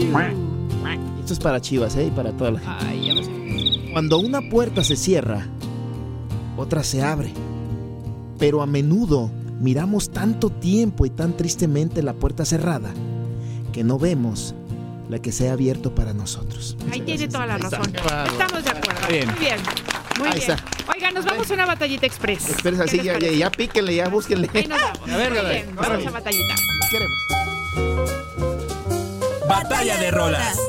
Esto es para Chivas, ¿eh? Y para toda la gente. Ay, ya lo sé. Cuando una puerta se cierra, otra se abre. Pero a menudo miramos tanto tiempo y tan tristemente la puerta cerrada que no vemos la que se ha abierto para nosotros. Ahí tiene toda la Ahí está. razón. Qué bárbaro. Estamos de acuerdo. Bien. Muy bien. Muy Ahí bien. está. Oigan, nos vamos a una batallita express. Espera, ¿Qué así les ya, ya, parece? ya píquenle, ya búsquenle. Ahí nos vamos. A ver, Muy a ver, bien, a ver. vamos a batallita. Los queremos. Batalla de rolas.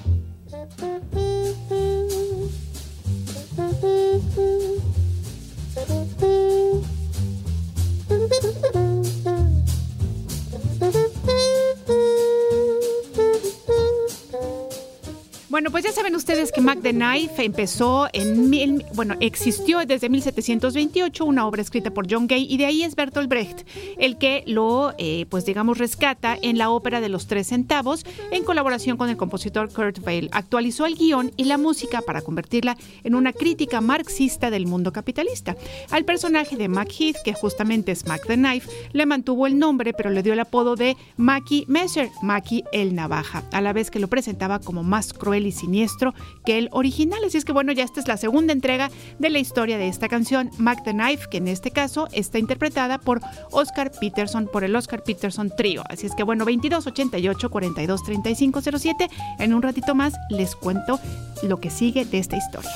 Bueno, pues ya saben ustedes que Mac the Knife empezó en mil, bueno, existió desde mil setecientos veintiocho, una obra escrita por John Gay, y de ahí es Bertolt Brecht el que lo, eh, pues digamos, rescata en la ópera de los tres centavos en colaboración con el compositor Kurt Weill. Actualizó el guión y la música para convertirla en una crítica marxista del mundo capitalista. Al personaje de Mac Heath, que justamente es Mac the Knife, le mantuvo el nombre, pero le dio el apodo de Mackie Messer, Mackie el Navaja, a la vez que lo presentaba como más cruel y siniestro que el original. Así es que bueno, ya esta es la segunda entrega de la historia de esta canción, Mac the Knife, que en este caso está interpretada por Oscar Peterson, por el Oscar Peterson Trío. Así es que bueno, veintidós ochenta y ocho cuarenta y dos treinta y cinco cero siete. En un ratito más les cuento lo que sigue de esta historia.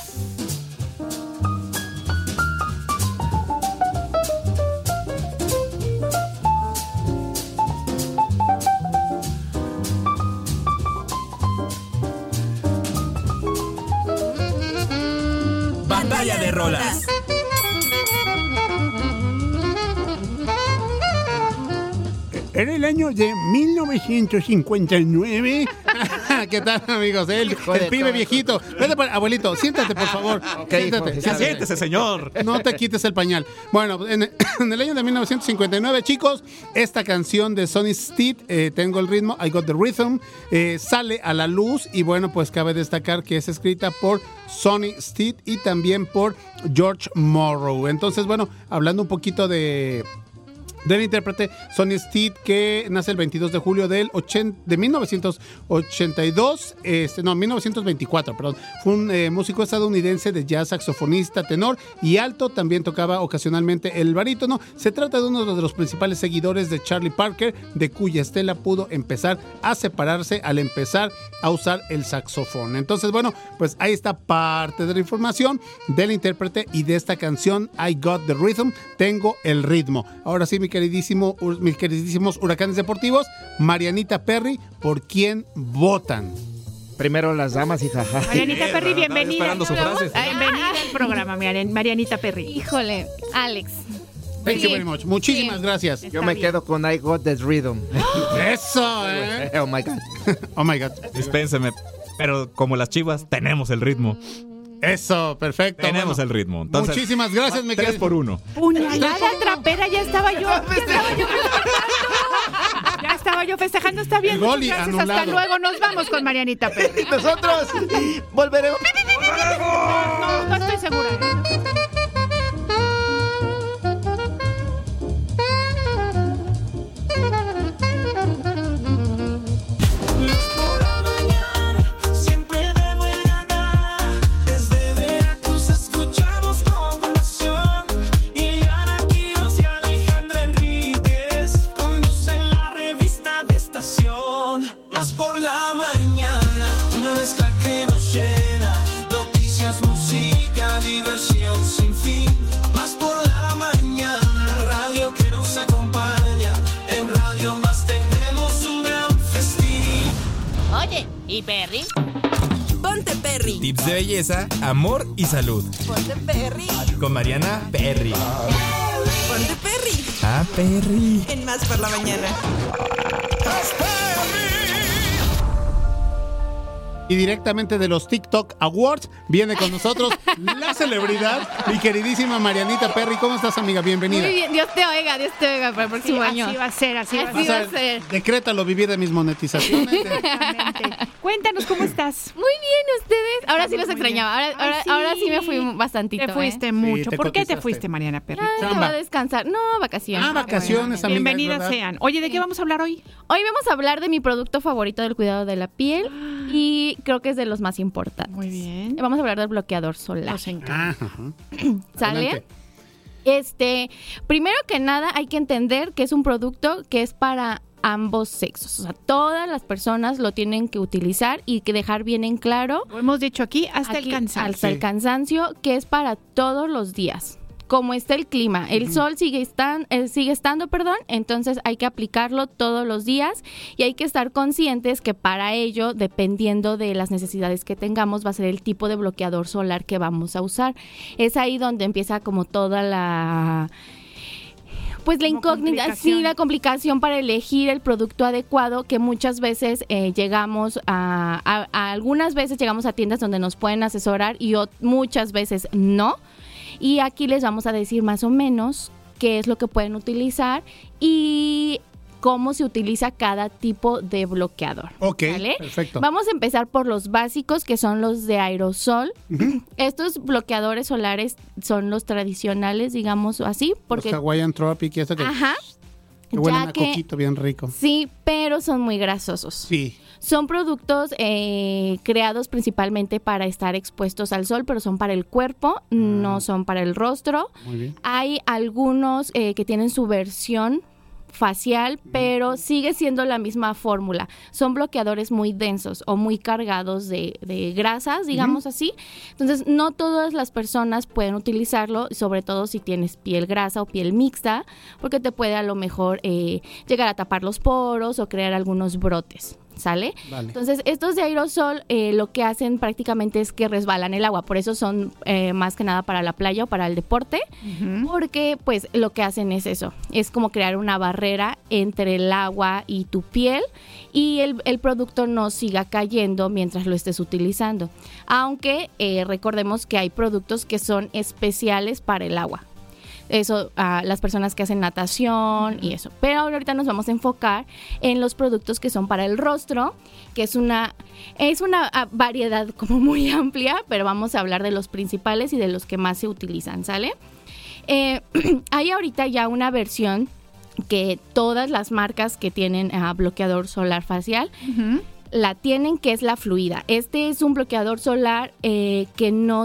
Batalla de rolas. En el año de mil novecientos cincuenta y nueve. ¿Qué tal, amigos? El, Hijo el de pibe todo. viejito. Vete para- abuelito, siéntate, por favor. Ok, siéntate. hijo, siéntate. Siéntese, señor. No te quites el pañal. Bueno, en, en el año de mil novecientos cincuenta y nueve, chicos, esta canción de Sonny Stitt, eh, Tengo el ritmo, I Got the Rhythm, eh, sale a la luz y bueno, pues cabe destacar que es escrita por Sonny Stitt y también por George Morrow. Entonces, bueno, hablando un poquito de... del intérprete Sonny Stitt, que nace el veintidós de julio del ochenta, de mil novecientos ochenta y dos, este, no, mil novecientos veinticuatro, perdón. Fue un eh, músico estadounidense de jazz, saxofonista, tenor y alto. También tocaba ocasionalmente el barítono. Se trata de uno de los principales seguidores de Charlie Parker, de cuya estela pudo empezar a separarse al empezar a usar el saxofón. Entonces, bueno, pues ahí está parte de la información del intérprete y de esta canción, I Got the Rhythm, Tengo el ritmo. Ahora sí, mi queridísimo, mis queridísimos huracanes deportivos, Marianita Perry, ¿por quién votan? Primero las damas y jaja. Marianita Perry, bienvenida. esperando su frase. Bienvenida al programa, Marian- Marianita Perry. Híjole, Alex. Thank you Bien. very much. Muchísimas Bien. gracias. Yo me quedo con I Got the Rhythm. Eso, ¿eh? Oh my God. Oh my God. Dispénseme. Pero como las Chivas, tenemos el ritmo. Eso, perfecto. Tenemos Bueno, el ritmo. Entonces, muchísimas gracias, mi Tres querido. por uno. Puñalada trapera, ya estaba yo. Ya estaba yo festejando. Ya estaba yo festejando, está bien. El gol Muchas y gracias. anulado. Hasta luego. Nos vamos con Marianita Perry. Nosotros volveremos. No, no estoy segura. Por la mañana siempre debo ganar. Desde Veracruz escuchamos con pasión. Y Ana Quiroz y Alejandra Enríquez conducen la revista de estación. Más por la mañana, una mezcla que nos llena. Noticias, música, diversión sin fin. Más por la mañana, radio que nos acompaña. En Radio Más tenemos un gran festín. Oye, ¿y Perry? Ponte Perry. Tips de belleza, amor y salud. Ponte Perry. Con Mariana Perry. Ponte Perry. Ah, Perry. En Más por la Mañana. Y directamente de los TikTok Awards viene con nosotros la celebridad, mi queridísima Marianita Perry. ¿Cómo estás, amiga? Bienvenida. Muy bien, Dios te oiga, Dios te oiga para el próximo Sí, año. así va a ser, así, va a Así ser. va a ser. Decrétalo, vivir de mis monetizaciones. Exactamente. Cuéntanos cómo estás. Muy bien, ustedes. Ahora sí Estamos los muy extrañaba. Ahora, Ay, ahora, sí. ahora sí me fui bastantito. Te fuiste ¿eh? mucho. te ¿Por qué te cotizaste. fuiste, Mariana Perry? Ay, Chamba. te va a descansar. No, vacaciones. Ah, vacaciones, amiga. es Bienvenidas verdad. sean. Oye, ¿de qué vamos a hablar hoy? Hoy vamos a hablar de mi producto favorito del cuidado de la piel y creo que es de los más importantes. Muy bien. Vamos a hablar del bloqueador solar. Nos encanta. Ah, ajá. ¿Sale? Adelante. Este, primero que nada hay que entender que es un producto que es para ambos sexos. O sea, todas las personas lo tienen que utilizar y que dejar bien en claro. Lo hemos dicho aquí hasta aquí, el cansancio. Hasta Sí. el cansancio, que es para todos los días. Como está el clima, el sol sigue, estan- eh, sigue estando, perdón, entonces hay que aplicarlo todos los días y hay que estar conscientes que para ello, dependiendo de las necesidades que tengamos, va a ser el tipo de bloqueador solar que vamos a usar. Es ahí donde empieza como toda la... Pues la Como incógnita, complicación. sí, la complicación para elegir el producto adecuado, que muchas veces eh, llegamos a, a- a- algunas veces llegamos a tiendas donde nos pueden asesorar y ot- muchas veces no. Y aquí les vamos a decir más o menos qué es lo que pueden utilizar y cómo se utiliza cada tipo de bloqueador. Ok, ¿Vale? perfecto. Vamos a empezar por los básicos, que son los de aerosol. Estos bloqueadores solares son los tradicionales, digamos así, porque... Los Hawaiian Tropic y eso que, Ajá. que huelen Ya a que- coquito bien rico. Sí, pero son muy grasosos. Sí. Son productos eh, creados principalmente para estar expuestos al sol, pero son para el cuerpo, no son para el rostro. Muy bien. Hay algunos eh, que tienen su versión facial, pero sigue siendo la misma fórmula. Son bloqueadores muy densos o muy cargados de, de grasas, digamos así. Entonces, no todas las personas pueden utilizarlo, sobre todo si tienes piel grasa o piel mixta, porque te puede a lo mejor eh, llegar a tapar los poros o crear algunos brotes. ¿Sale? Vale. Entonces, estos de aerosol eh, lo que hacen prácticamente es que resbalan el agua. Por eso son eh, más que nada para la playa o para el deporte. Porque pues lo que hacen es eso. Es como crear una barrera entre el agua y tu piel y el, el producto no siga cayendo mientras lo estés utilizando. Aunque eh, recordemos que hay productos que son especiales para el agua. Eso, a las personas que hacen natación y eso. Pero ahorita nos vamos a enfocar en los productos que son para el rostro, que es una, es una ah, variedad como muy amplia, pero vamos a hablar de los principales y de los que más se utilizan, ¿sale? Eh, hay ahorita ya una versión que todas las marcas que tienen ah, bloqueador solar facial la tienen, que es la fluida. Este es un bloqueador solar eh, que no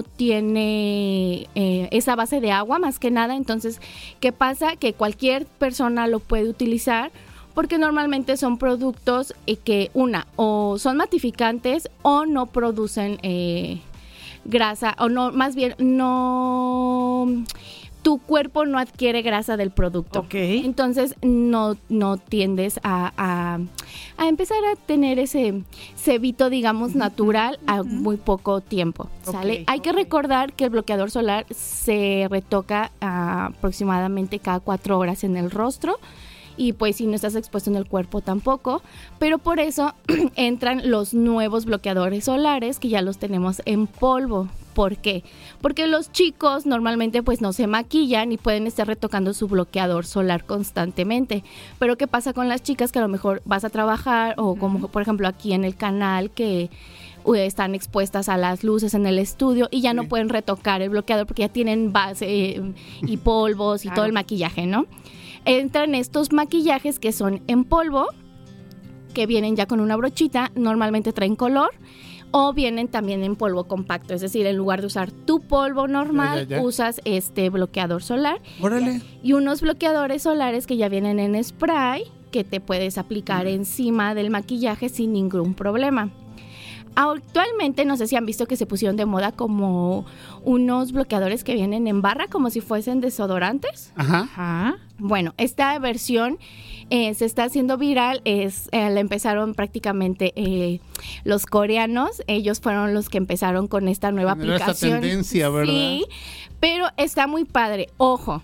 tiene eh, esa base de agua más que nada. Entonces, ¿qué pasa? Que cualquier persona lo puede utilizar porque normalmente son productos eh, que una, o son matificantes o no producen eh, grasa, o no, más bien no... Tu cuerpo no adquiere grasa del producto. Ok. Entonces no, no tiendes a, a, a empezar a tener ese cebito, digamos, natural a muy poco tiempo. ¿Sale? Ok, Hay que recordar que el bloqueador solar se retoca ah, aproximadamente cada cuatro horas en el rostro. Y pues si no estás expuesto en el cuerpo tampoco, pero por eso entran los nuevos bloqueadores solares que ya los tenemos en polvo, ¿Por qué? Porque los chicos normalmente pues no se maquillan y pueden estar retocando su bloqueador solar constantemente. Pero ¿qué pasa con las chicas que a lo mejor vas a trabajar o como por ejemplo aquí en el canal que están expuestas a las luces en el estudio y ya sí. no pueden retocar el bloqueador porque ya tienen base eh, y polvos y claro. todo el maquillaje, ¿no? Entran estos maquillajes que son en polvo, que vienen ya con una brochita, normalmente traen color, o vienen también en polvo compacto, es decir, en lugar de usar tu polvo normal, ya, ya, ya. usas este bloqueador solar. Órale. Y unos bloqueadores solares que ya vienen en spray, que te puedes aplicar mm. encima del maquillaje sin ningún problema. Actualmente, no sé si han visto que se pusieron de moda como unos bloqueadores que vienen en barra, como si fuesen desodorantes. Ajá. Ajá. Bueno, esta versión eh, se está haciendo viral, es, eh, la empezaron prácticamente eh, los coreanos, ellos fueron los que empezaron con esta nueva Pero aplicación. Esta tendencia, ¿verdad? Sí, pero está muy padre, ojo,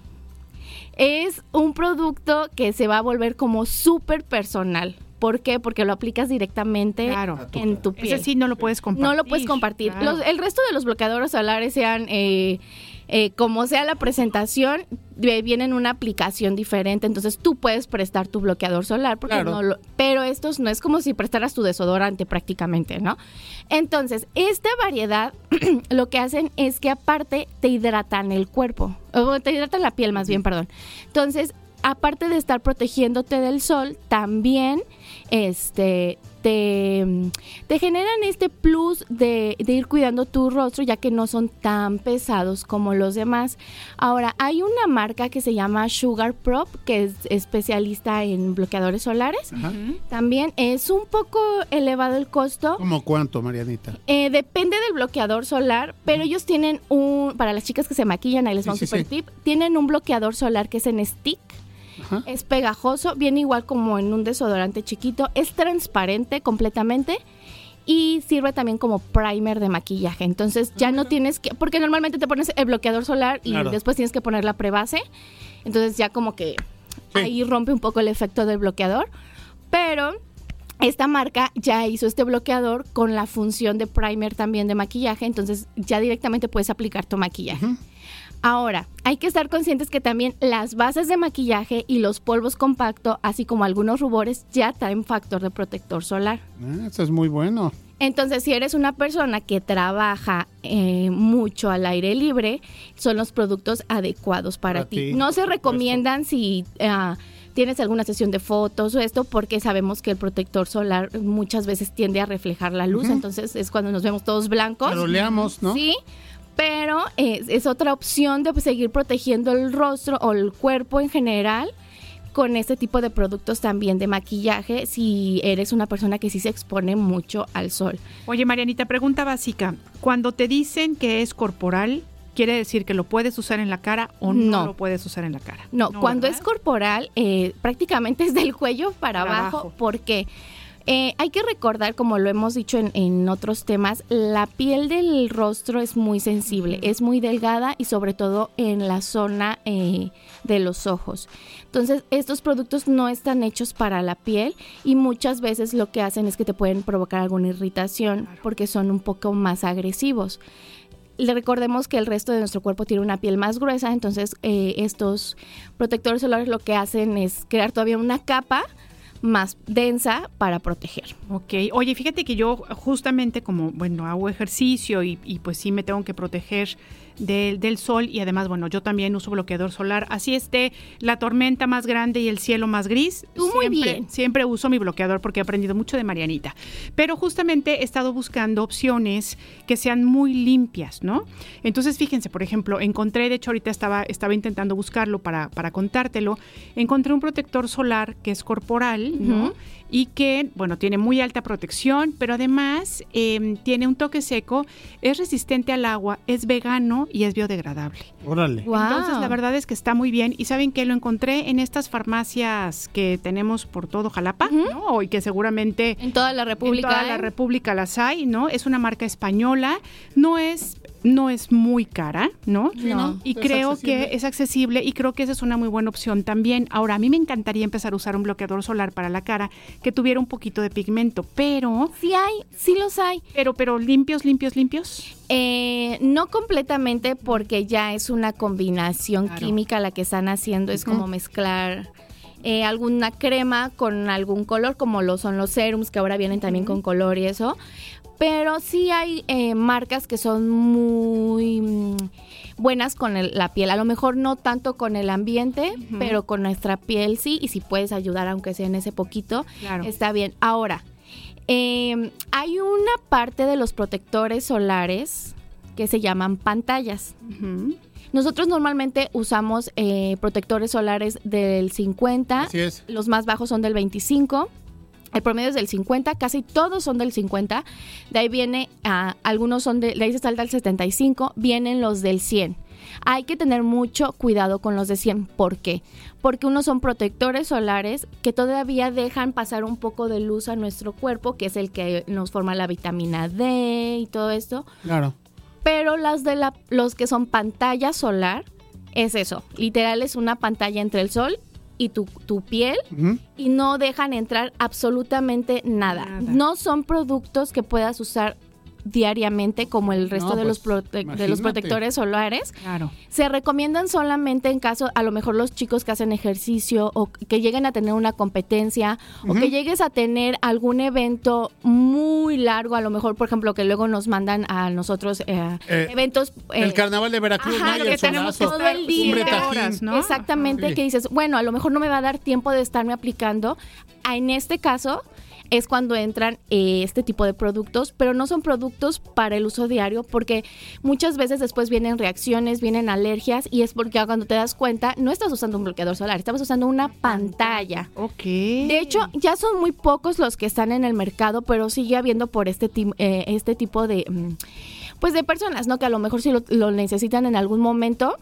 es un producto que se va a volver como súper personal. ¿Por qué? Porque lo aplicas directamente claro. en tu piel. Ese sí no lo puedes compartir. No lo puedes compartir. Claro. Los, el resto de los bloqueadores solares sean eh, eh, como sea la presentación, viene en una aplicación diferente. Entonces tú puedes prestar tu bloqueador solar, porque claro. no lo, pero estos no es como si prestaras tu desodorante prácticamente, ¿no? Entonces, esta variedad lo que hacen es que aparte te hidratan el cuerpo, o te hidratan la piel más bien, perdón. Entonces, aparte de estar protegiéndote del sol, también este te, te generan este plus de, de ir cuidando tu rostro, ya que no son tan pesados como los demás. Ahora, hay una marca que se llama Sugar Prop, que es especialista en bloqueadores solares. Ajá. También es un poco elevado el costo. ¿Cómo cuánto, Marianita? Eh, depende del bloqueador solar, pero ellos tienen un, para las chicas que se maquillan, ahí les va un sí, super sí. tip, tienen un bloqueador solar que es en stick. Ajá. Es pegajoso, viene igual como en un desodorante chiquito, es transparente completamente y sirve también como primer de maquillaje. Entonces ya no tienes que, porque normalmente te pones el bloqueador solar y claro. después tienes que poner la prebase, entonces ya como que sí. ahí rompe un poco el efecto del bloqueador, pero esta marca ya hizo este bloqueador con la función de primer también de maquillaje, entonces ya directamente puedes aplicar tu maquillaje. Uh-huh. Ahora, hay que estar conscientes que también las bases de maquillaje y los polvos compactos, así como algunos rubores, ya traen factor de protector solar. Ah, eso es muy bueno. Entonces, si eres una persona que trabaja eh, mucho al aire libre, son los productos adecuados para, para ti. ti. No se recomiendan si uh, tienes alguna sesión de fotos o esto, porque sabemos que el protector solar muchas veces tiende a reflejar la luz, uh-huh. entonces es cuando nos vemos todos blancos. Charoleamos, ¿no? Sí. Pero es, es otra opción de pues, seguir protegiendo el rostro o el cuerpo en general con este tipo de productos también de maquillaje si eres una persona que sí se expone mucho al sol. Oye, Marianita, pregunta básica. Cuando te dicen que es corporal, ¿quiere decir que lo puedes usar en la cara o no, no lo puedes usar en la cara? No, no cuando ¿verdad? es corporal, eh, prácticamente es del cuello para, para abajo, abajo. ¿Por qué? Eh, hay que recordar, como lo hemos dicho en, en otros temas, la piel del rostro es muy sensible, uh-huh. es muy delgada y sobre todo en la zona eh, de los ojos. Entonces, estos productos no están hechos para la piel y muchas veces lo que hacen es que te pueden provocar alguna irritación claro. porque son un poco más agresivos. Le recordemos que el resto de nuestro cuerpo tiene una piel más gruesa, entonces eh, estos protectores solares lo que hacen es crear todavía una capa más densa para proteger. Ok, oye, fíjate que yo justamente como, bueno, hago ejercicio y, y pues sí me tengo que proteger del, del sol y además, bueno, yo también uso bloqueador solar, así esté la tormenta más grande y el cielo más gris. Tú muy siempre, bien. Siempre uso mi bloqueador porque he aprendido mucho de Marianita, pero justamente he estado buscando opciones que sean muy limpias, ¿no? Entonces, fíjense, por ejemplo, encontré, de hecho ahorita estaba, estaba intentando buscarlo para, para contártelo, encontré un protector solar que es corporal, ¿no? Uh-huh. Y que, bueno, tiene muy alta protección, pero además eh, tiene un toque seco, es resistente al agua, es vegano y es biodegradable. Órale. Wow. Entonces, la verdad es que está muy bien. Y ¿saben qué? Lo encontré en estas farmacias que tenemos por todo Jalapa, uh-huh. ¿no? Y que seguramente... En toda la República. En toda la República las hay, ¿no? Es una marca española, no es no es muy cara, ¿no? Sí, ¿no? Y Es creo accesible. que es accesible y creo que esa es una muy buena opción también. Ahora, a mí me encantaría empezar a usar un bloqueador solar para la cara que tuviera un poquito de pigmento, pero... Sí hay, sí los hay. Pero, pero limpios, limpios, limpios. Eh, no completamente porque ya es una combinación Claro. química la que están haciendo, es Ujú. como mezclar eh, alguna crema con algún color, como lo son los serums que ahora vienen también con color y eso. Pero sí hay eh, marcas que son muy mm, buenas con el- la piel. A lo mejor no tanto con el ambiente, Ujú. pero con nuestra piel sí. Y si puedes ayudar, aunque sea en ese poquito, Claro. está bien. Ahora, eh, hay una parte de los protectores solares que se llaman pantallas. Ujú. Nosotros normalmente usamos eh, protectores solares del cincuenta. Así es. Los más bajos son del veinticinco. El promedio es del cincuenta, casi todos son del cincuenta. De ahí viene, ah, algunos son de, de ahí se salta el setenta y cinco, vienen los del cien. Hay que tener mucho cuidado con los de cien. ¿Por qué? Porque unos son protectores solares que todavía dejan pasar un poco de luz a nuestro cuerpo, que es el que nos forma la vitamina D y todo esto. Claro. Pero las de la, los que son pantalla solar, es eso. Literal es una pantalla entre el sol y tu, tu piel Ujú. y no dejan entrar absolutamente nada. Nada. No son productos que puedas usar diariamente como el resto No, de, pues, los prote- de los imagínate. protectores solares. Claro. Se recomiendan solamente en caso, a lo mejor los chicos que hacen ejercicio o que lleguen a tener una competencia o Ujú. que llegues a tener algún evento muy largo, a lo mejor, por ejemplo, que luego nos mandan a nosotros eh, Eh, eventos. eh, el carnaval de Veracruz, Ajá, ¿no? Y que el tenemos solazo. todo el día. Hombre, tajín. horas, ¿no? Exactamente, Sí. que dices, bueno, a lo mejor no me va a dar tiempo de estarme aplicando. Ah, En este caso es cuando entran eh, este tipo de productos, pero no son productos para el uso diario porque muchas veces después vienen reacciones, vienen alergias y es porque cuando te das cuenta no estás usando un bloqueador solar, estás usando una pantalla. Ok. De hecho, ya son muy pocos los que están en el mercado, pero sigue habiendo por este, ti- eh, este tipo de, mm, pues de personas, ¿no? Que a lo mejor sí lo, lo necesitan en algún momento,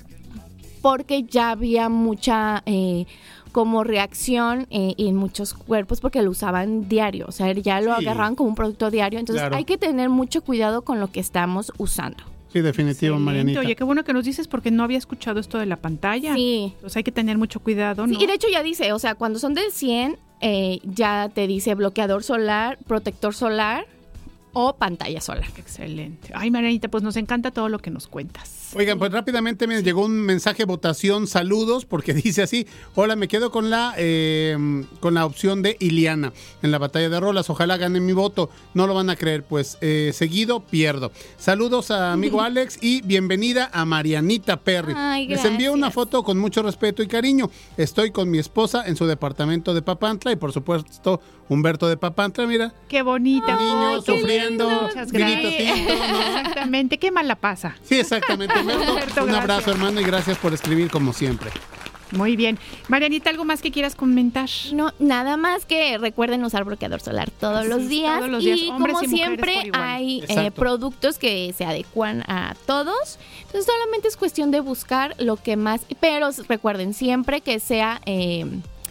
porque ya había mucha eh, como reacción eh, en muchos cuerpos porque lo usaban diario, o sea, ya lo Sí. agarraban como un producto diario, entonces Claro. hay que tener mucho cuidado con lo que estamos usando. Sí, definitivo, Excelente. Marianita. Oye, qué bueno que nos dices porque no había escuchado esto de la pantalla. Sí. Entonces hay que tener mucho cuidado, ¿no? Sí, y de hecho ya dice, o sea, cuando son del cien, eh, ya te dice bloqueador solar, protector solar o pantalla solar. Excelente. Ay, Marianita, pues nos encanta todo lo que nos cuentas. Oigan, pues rápidamente me llegó un mensaje votación, saludos, porque dice así, hola, me quedo con la eh, con la opción de Iliana en la batalla de rolas, ojalá gane mi voto, no lo van a creer, pues eh, seguido pierdo. Saludos a amigo Alex y bienvenida a Marianita Perry. Ay, Les envío una gracias. foto con mucho respeto y cariño, estoy con mi esposa en su departamento de Papantla y por supuesto Humberto de Papantla, mira, Qué bonita. niño foto. sufriendo, Muchas vinito gracias. tinto, ¿no? Exactamente. Qué mal la pasa. Sí, exactamente, Humberto. Humberto, Un abrazo, gracias. hermano, y gracias por escribir como siempre. Muy bien. Marianita, ¿algo más que quieras comentar? No, nada más que recuerden usar bloqueador solar todos Así los es, días. todos los días, y hombres como y mujeres siempre por igual. hay eh, Exacto. productos que se adecuan a todos. Entonces solamente es cuestión de buscar lo que más. Pero recuerden siempre que sea eh,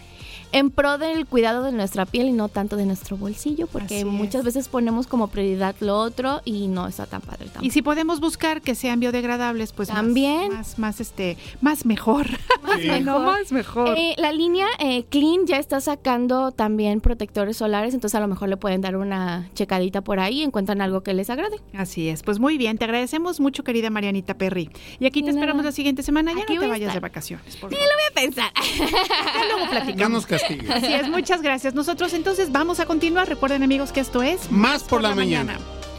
en pro del cuidado de nuestra piel y no tanto de nuestro bolsillo, porque Así es. muchas veces ponemos como prioridad lo otro y no está tan padre tampoco. Y si podemos buscar que sean biodegradables, pues más- También. más, más, este, más mejor. Más Sí. mejor. No, más mejor. Eh, la línea eh, Clean ya está sacando también protectores solares, entonces a lo mejor le pueden dar una checadita por ahí y encuentran algo que les agrade. Así es, pues muy bien, te agradecemos mucho, querida Marianita Perry. Y aquí te De nada. esperamos la siguiente semana, ya Aquí no te voy a vayas estar. de vacaciones, por Sí, favor. lo voy a pensar. Ya luego No platicamos. nos castigues. Así es, muchas gracias. Nosotros entonces vamos a continuar. Recuerden, amigos, que esto es Más por la mañana.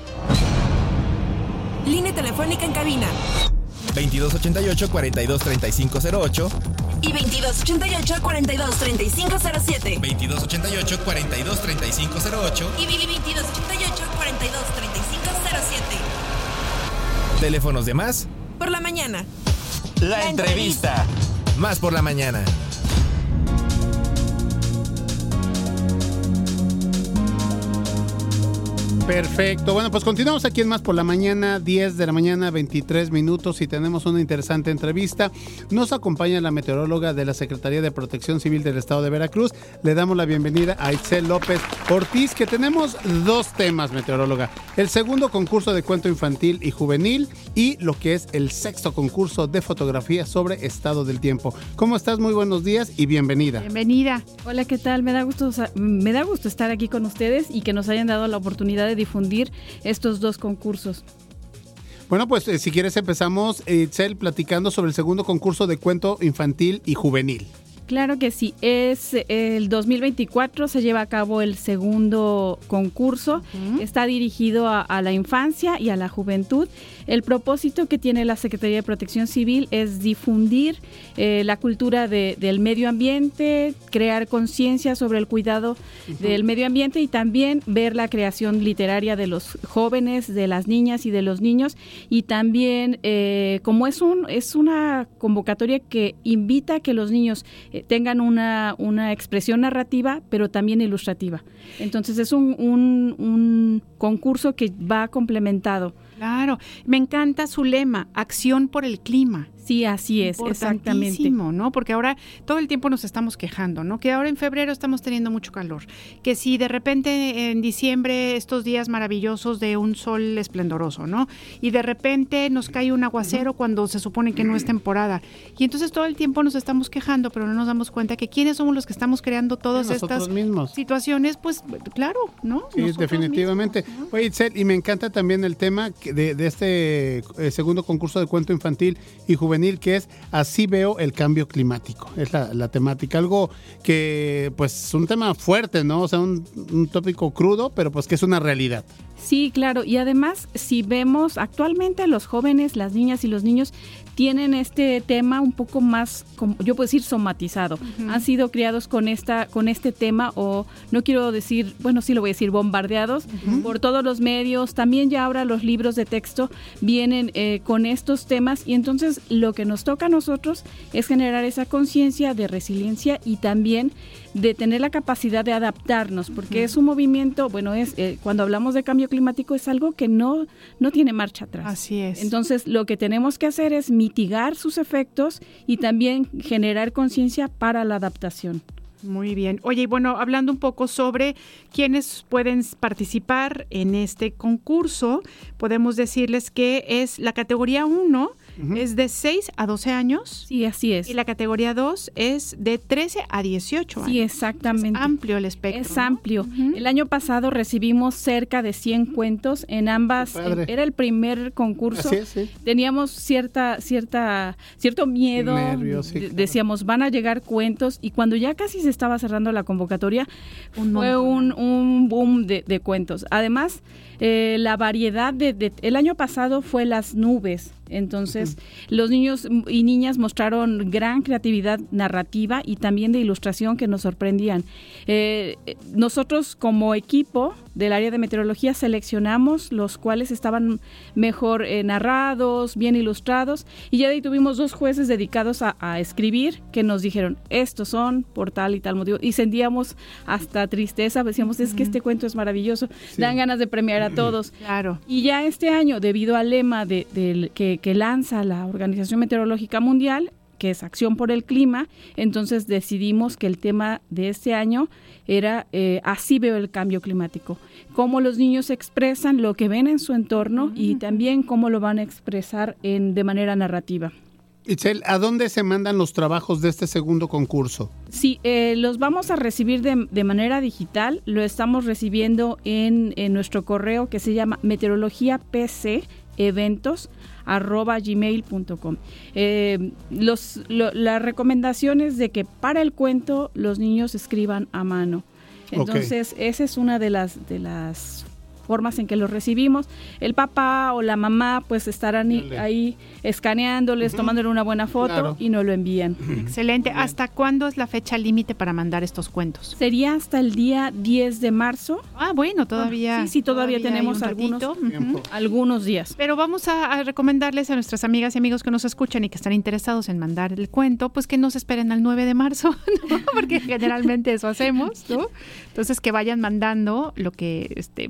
Línea telefónica en cabina veintidós ochenta y ocho, cuarenta y dos, treinta y cinco cero ocho. y veintidós ochenta y ocho, cuarenta y dos, treinta y cinco cero siete. veintidós ochenta y ocho, cuarenta y dos, treinta y cinco cero ocho. Y veintidós ochenta y ocho, cuarenta y dos, treinta y cinco cero siete. Teléfonos de Más. Por la mañana. La, La entrevista. Más por la mañana. Perfecto. Bueno, pues continuamos aquí en Más por la Mañana, diez de la mañana, veintitrés minutos, y tenemos una interesante entrevista. Nos acompaña la meteoróloga de la Secretaría de Protección Civil del Estado de Veracruz. Le damos la bienvenida a Itzel López Ortiz, que tenemos dos temas, meteoróloga. El segundo concurso de cuento infantil y juvenil y lo que es el sexto concurso de fotografía sobre estado del tiempo. ¿Cómo estás? Muy buenos días y bienvenida. Bienvenida. Hola, ¿qué tal? Me da gusto, me da gusto estar aquí con ustedes y que nos hayan dado la oportunidad de difundir estos dos concursos. Bueno, pues eh, si quieres empezamos, Itzel, platicando sobre el segundo concurso de cuento infantil y juvenil. Claro que sí, es el dos mil veinticuatro, se lleva a cabo el segundo concurso, uh-huh. Está dirigido a, a la infancia y a la juventud. El propósito que tiene la Secretaría de Protección Civil es difundir eh, la cultura de, del medio ambiente, crear conciencia sobre el cuidado uh-huh. del medio ambiente y también ver la creación literaria de los jóvenes, de las niñas y de los niños. Y también, eh, como es, un, es una convocatoria que invita a que los niños eh, tengan una, una expresión narrativa, pero también ilustrativa. Entonces es un, un, un concurso que va complementado. Claro, me encanta su lema, acción por el clima. Sí, así es, exactamente. ¿No? Porque ahora todo el tiempo nos estamos quejando, ¿no? Que ahora en febrero estamos teniendo mucho calor, que si de repente en diciembre estos días maravillosos de un sol esplendoroso, ¿no? Y de repente nos cae un aguacero cuando se supone que no es temporada. Y entonces todo el tiempo nos estamos quejando, pero no nos damos cuenta que quiénes somos los que estamos creando todas sí, estas mismos. situaciones, pues claro, ¿no? Sí, nosotros definitivamente. Mismos, ¿no? Oye, Itzel, y me encanta también el tema de, de este eh, segundo concurso de cuento infantil y juvenil, que es Así veo el cambio climático. Es la, la temática, algo que pues es un tema fuerte, ¿no? O sea, un, un tópico crudo, pero pues que es una realidad. Sí, claro, y además si vemos actualmente los jóvenes, las niñas y los niños tienen este tema un poco más, yo puedo decir, somatizado. Uh-huh. Han sido criados con esta, con este tema, o no quiero decir, bueno, sí lo voy a decir, bombardeados uh-huh. por todos los medios. También ya ahora los libros de texto vienen eh, con estos temas, y entonces lo que nos toca a nosotros es generar esa conciencia de resiliencia y también de tener la capacidad de adaptarnos, porque uh-huh. es un movimiento, bueno, es eh, cuando hablamos de cambio climático es algo que no, no tiene marcha atrás. Así es. Entonces, lo que tenemos que hacer es mitigar sus efectos y también generar conciencia para la adaptación. Muy bien. Oye, y bueno, hablando un poco sobre quiénes pueden participar en este concurso, podemos decirles que es la categoría uno, uh-huh. es de seis a doce años. Sí, así es. Y la categoría dos es de trece a dieciocho años. Sí, exactamente. Es amplio el espectro. Es ¿no? amplio. Uh-huh. El año pasado recibimos cerca de cien cuentos en ambas. Era el primer concurso. Así es, sí. Teníamos cierta, cierta, cierto miedo. Nervios, sí, claro. Decíamos, van a llegar cuentos, y cuando ya casi se estaba cerrando la convocatoria, un fue un, un boom de, de cuentos. Además, eh, la variedad de, de... El año pasado fue las nubes. Entonces, uh-huh. los niños y niñas mostraron gran creatividad narrativa y también de ilustración que nos sorprendían. Eh, nosotros como equipo del área de meteorología seleccionamos los cuales estaban mejor eh, narrados, bien ilustrados, y ya de ahí tuvimos dos jueces dedicados a, a escribir que nos dijeron, estos son por tal y tal motivo, y sentíamos hasta tristeza, decíamos, es que este cuento es maravilloso, sí. Dan ganas de premiar a todos. Claro. Y ya este año, debido al lema de, de, que, que lanza la Organización Meteorológica Mundial, que es Acción por el Clima, entonces decidimos que el tema de este año era eh, Así veo el cambio climático. Cómo los niños expresan lo que ven en su entorno uh-huh. y también cómo lo van a expresar en, de manera narrativa. Itzel, ¿a dónde se mandan los trabajos de este segundo concurso? Sí, eh, los vamos a recibir de, de manera digital. Lo estamos recibiendo en, en nuestro correo que se llama meteorología p c eventos arroba gmail punto com. Eh, los, lo, la recomendación es de que para el cuento los niños escriban a mano. Entonces, okay. esa es una de las de las formas en que los recibimos. El papá o la mamá pues estarán Dale. ahí escaneándoles, uh-huh. tomándole una buena foto claro. y nos lo envían. Excelente. ¿Hasta cuándo es la fecha límite para mandar estos cuentos? Sería hasta el día diez de marzo. Ah, bueno, todavía. Sí, sí, todavía, todavía tenemos algunos, uh-huh. algunos días. Pero vamos a, a recomendarles a nuestras amigas y amigos que nos escuchan y que están interesados en mandar el cuento, pues que no se esperen al nueve de marzo, ¿no? Porque generalmente eso hacemos, ¿no? Entonces que vayan mandando lo que, este, pues como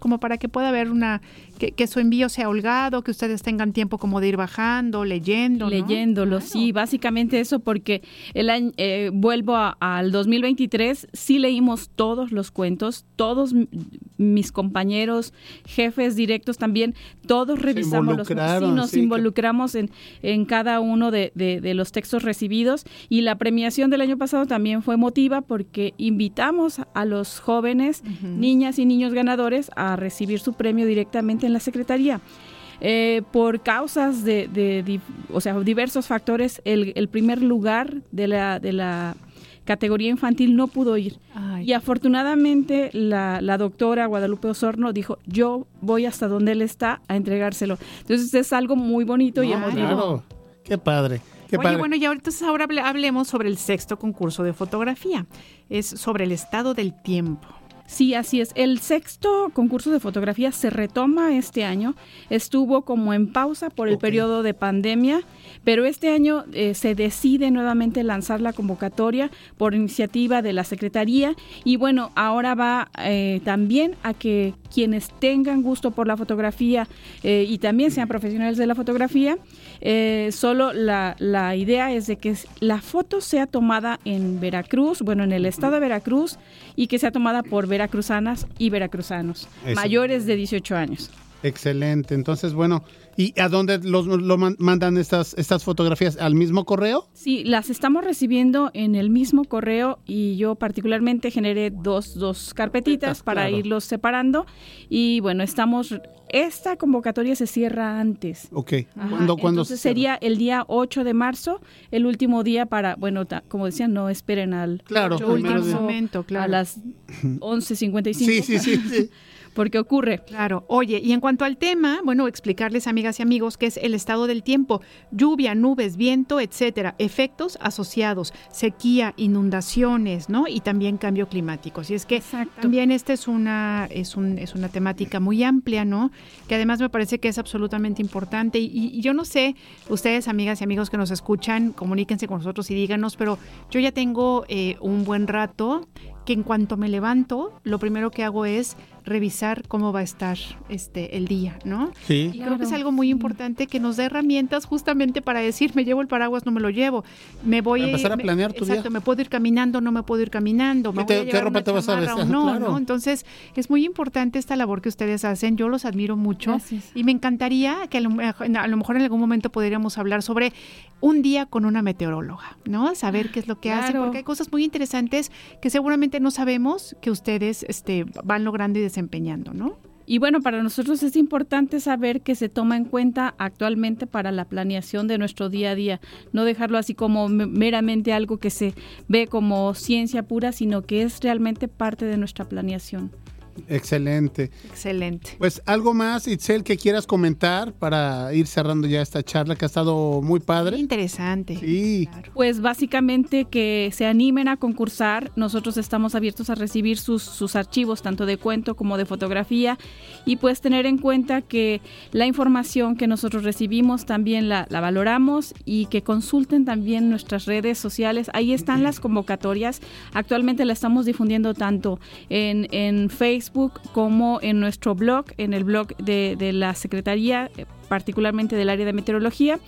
como para que pueda haber una, que, que su envío sea holgado, que ustedes tengan tiempo como de ir bajando, leyendo, ¿no? Leyéndolo, claro. Sí, básicamente eso, porque el año, eh, vuelvo a, al dos mil veintitrés, sí leímos todos los cuentos, todos m- mis compañeros, jefes directos también, todos revisamos los cuentos, sí, nos sí, involucramos que... en, en cada uno de, de, de los textos recibidos, y la premiación del año pasado también fue emotiva porque invitamos a los jóvenes, uh-huh. niñas y niños ganadores a recibir su premio directamente en la Secretaría. Eh, por causas de, de, de, o sea, diversos factores, el, el primer lugar de la, de la categoría infantil no pudo ir. Ay. Y afortunadamente la, la doctora Guadalupe Osorno dijo, yo voy hasta donde él está a entregárselo. Entonces es algo muy bonito y emotivo. Claro, qué padre. Qué Oye, padre. bueno, y ahorita ahora hable- hablemos sobre el sexto concurso de fotografía. Es sobre el estado del tiempo. Sí, así es. El sexto concurso de fotografía se retoma este año. Estuvo como en pausa por el okay. periodo de pandemia, pero este año eh, se decide nuevamente lanzar la convocatoria por iniciativa de la Secretaría. Y bueno, ahora va eh, también a que quienes tengan gusto por la fotografía eh, y también sean profesionales de la fotografía, eh, solo la, la idea es de que la foto sea tomada en Veracruz, bueno, en el estado de Veracruz, y que sea tomada por veracruzanas y veracruzanos Eso. mayores de dieciocho años. Excelente. Entonces, bueno, ¿y a dónde los, lo mandan estas, estas fotografías? ¿Al mismo correo? Sí, las estamos recibiendo en el mismo correo y yo particularmente generé dos, dos carpetitas para claro. irlos separando y bueno, estamos... Esta convocatoria se cierra antes. Ok. Ajá, ¿Cuándo, ¿cuándo entonces sería el día ocho de marzo, el último día para, bueno, ta, como decían, no esperen al claro, último momento, claro. a las once cincuenta y cinco. Sí, sí, sí, sí. Porque ocurre. Claro. Oye, y en cuanto al tema, bueno, explicarles, amigas y amigos, qué es el estado del tiempo. Lluvia, nubes, viento, etcétera. Efectos asociados, sequía, inundaciones, ¿no? Y también cambio climático. Así es que Exacto. también esta es una, es, un, es una temática muy amplia, ¿no? Que además me parece que es absolutamente importante. Y, y yo no sé, ustedes, amigas y amigos que nos escuchan, comuníquense con nosotros y díganos, pero yo ya tengo eh, un buen rato que en cuanto me levanto, lo primero que hago es revisar cómo va a estar este el día, ¿no? Sí. Y claro. creo que es algo muy importante que nos dé herramientas justamente para decir, me llevo el paraguas, no me lo llevo. Me voy a empezar a planear me, tu exacto, día. me puedo ir caminando, no me puedo ir caminando, me voy te, a llevar ropa una te vas a chamarra vestir? o no, claro. ¿no? Entonces, es muy importante esta labor que ustedes hacen, yo los admiro mucho. Gracias. Y me encantaría que a lo, a lo mejor en algún momento podríamos hablar sobre un día con una meteoróloga, ¿no? Saber qué es lo que claro. hace, porque hay cosas muy interesantes que seguramente no sabemos que ustedes este, van logrando y desempeñando, ¿no? Y bueno, para nosotros es importante saber que se toma en cuenta actualmente para la planeación de nuestro día a día, no dejarlo así como meramente algo que se ve como ciencia pura, sino que es realmente parte de nuestra planeación. Excelente. Excelente. Pues algo más, Itzel, que quieras comentar para ir cerrando ya esta charla que ha estado muy padre. Muy interesante. Sí. Claro. Pues básicamente que se animen a concursar. Nosotros estamos abiertos a recibir sus, sus archivos, tanto de cuento como de fotografía. Y pues tener en cuenta que la información que nosotros recibimos también la, la valoramos y que consulten también nuestras redes sociales. Ahí están las convocatorias. Actualmente la estamos difundiendo tanto en, en Facebook como en nuestro blog, en el blog de, de la Secretaría, particularmente del área de meteorología.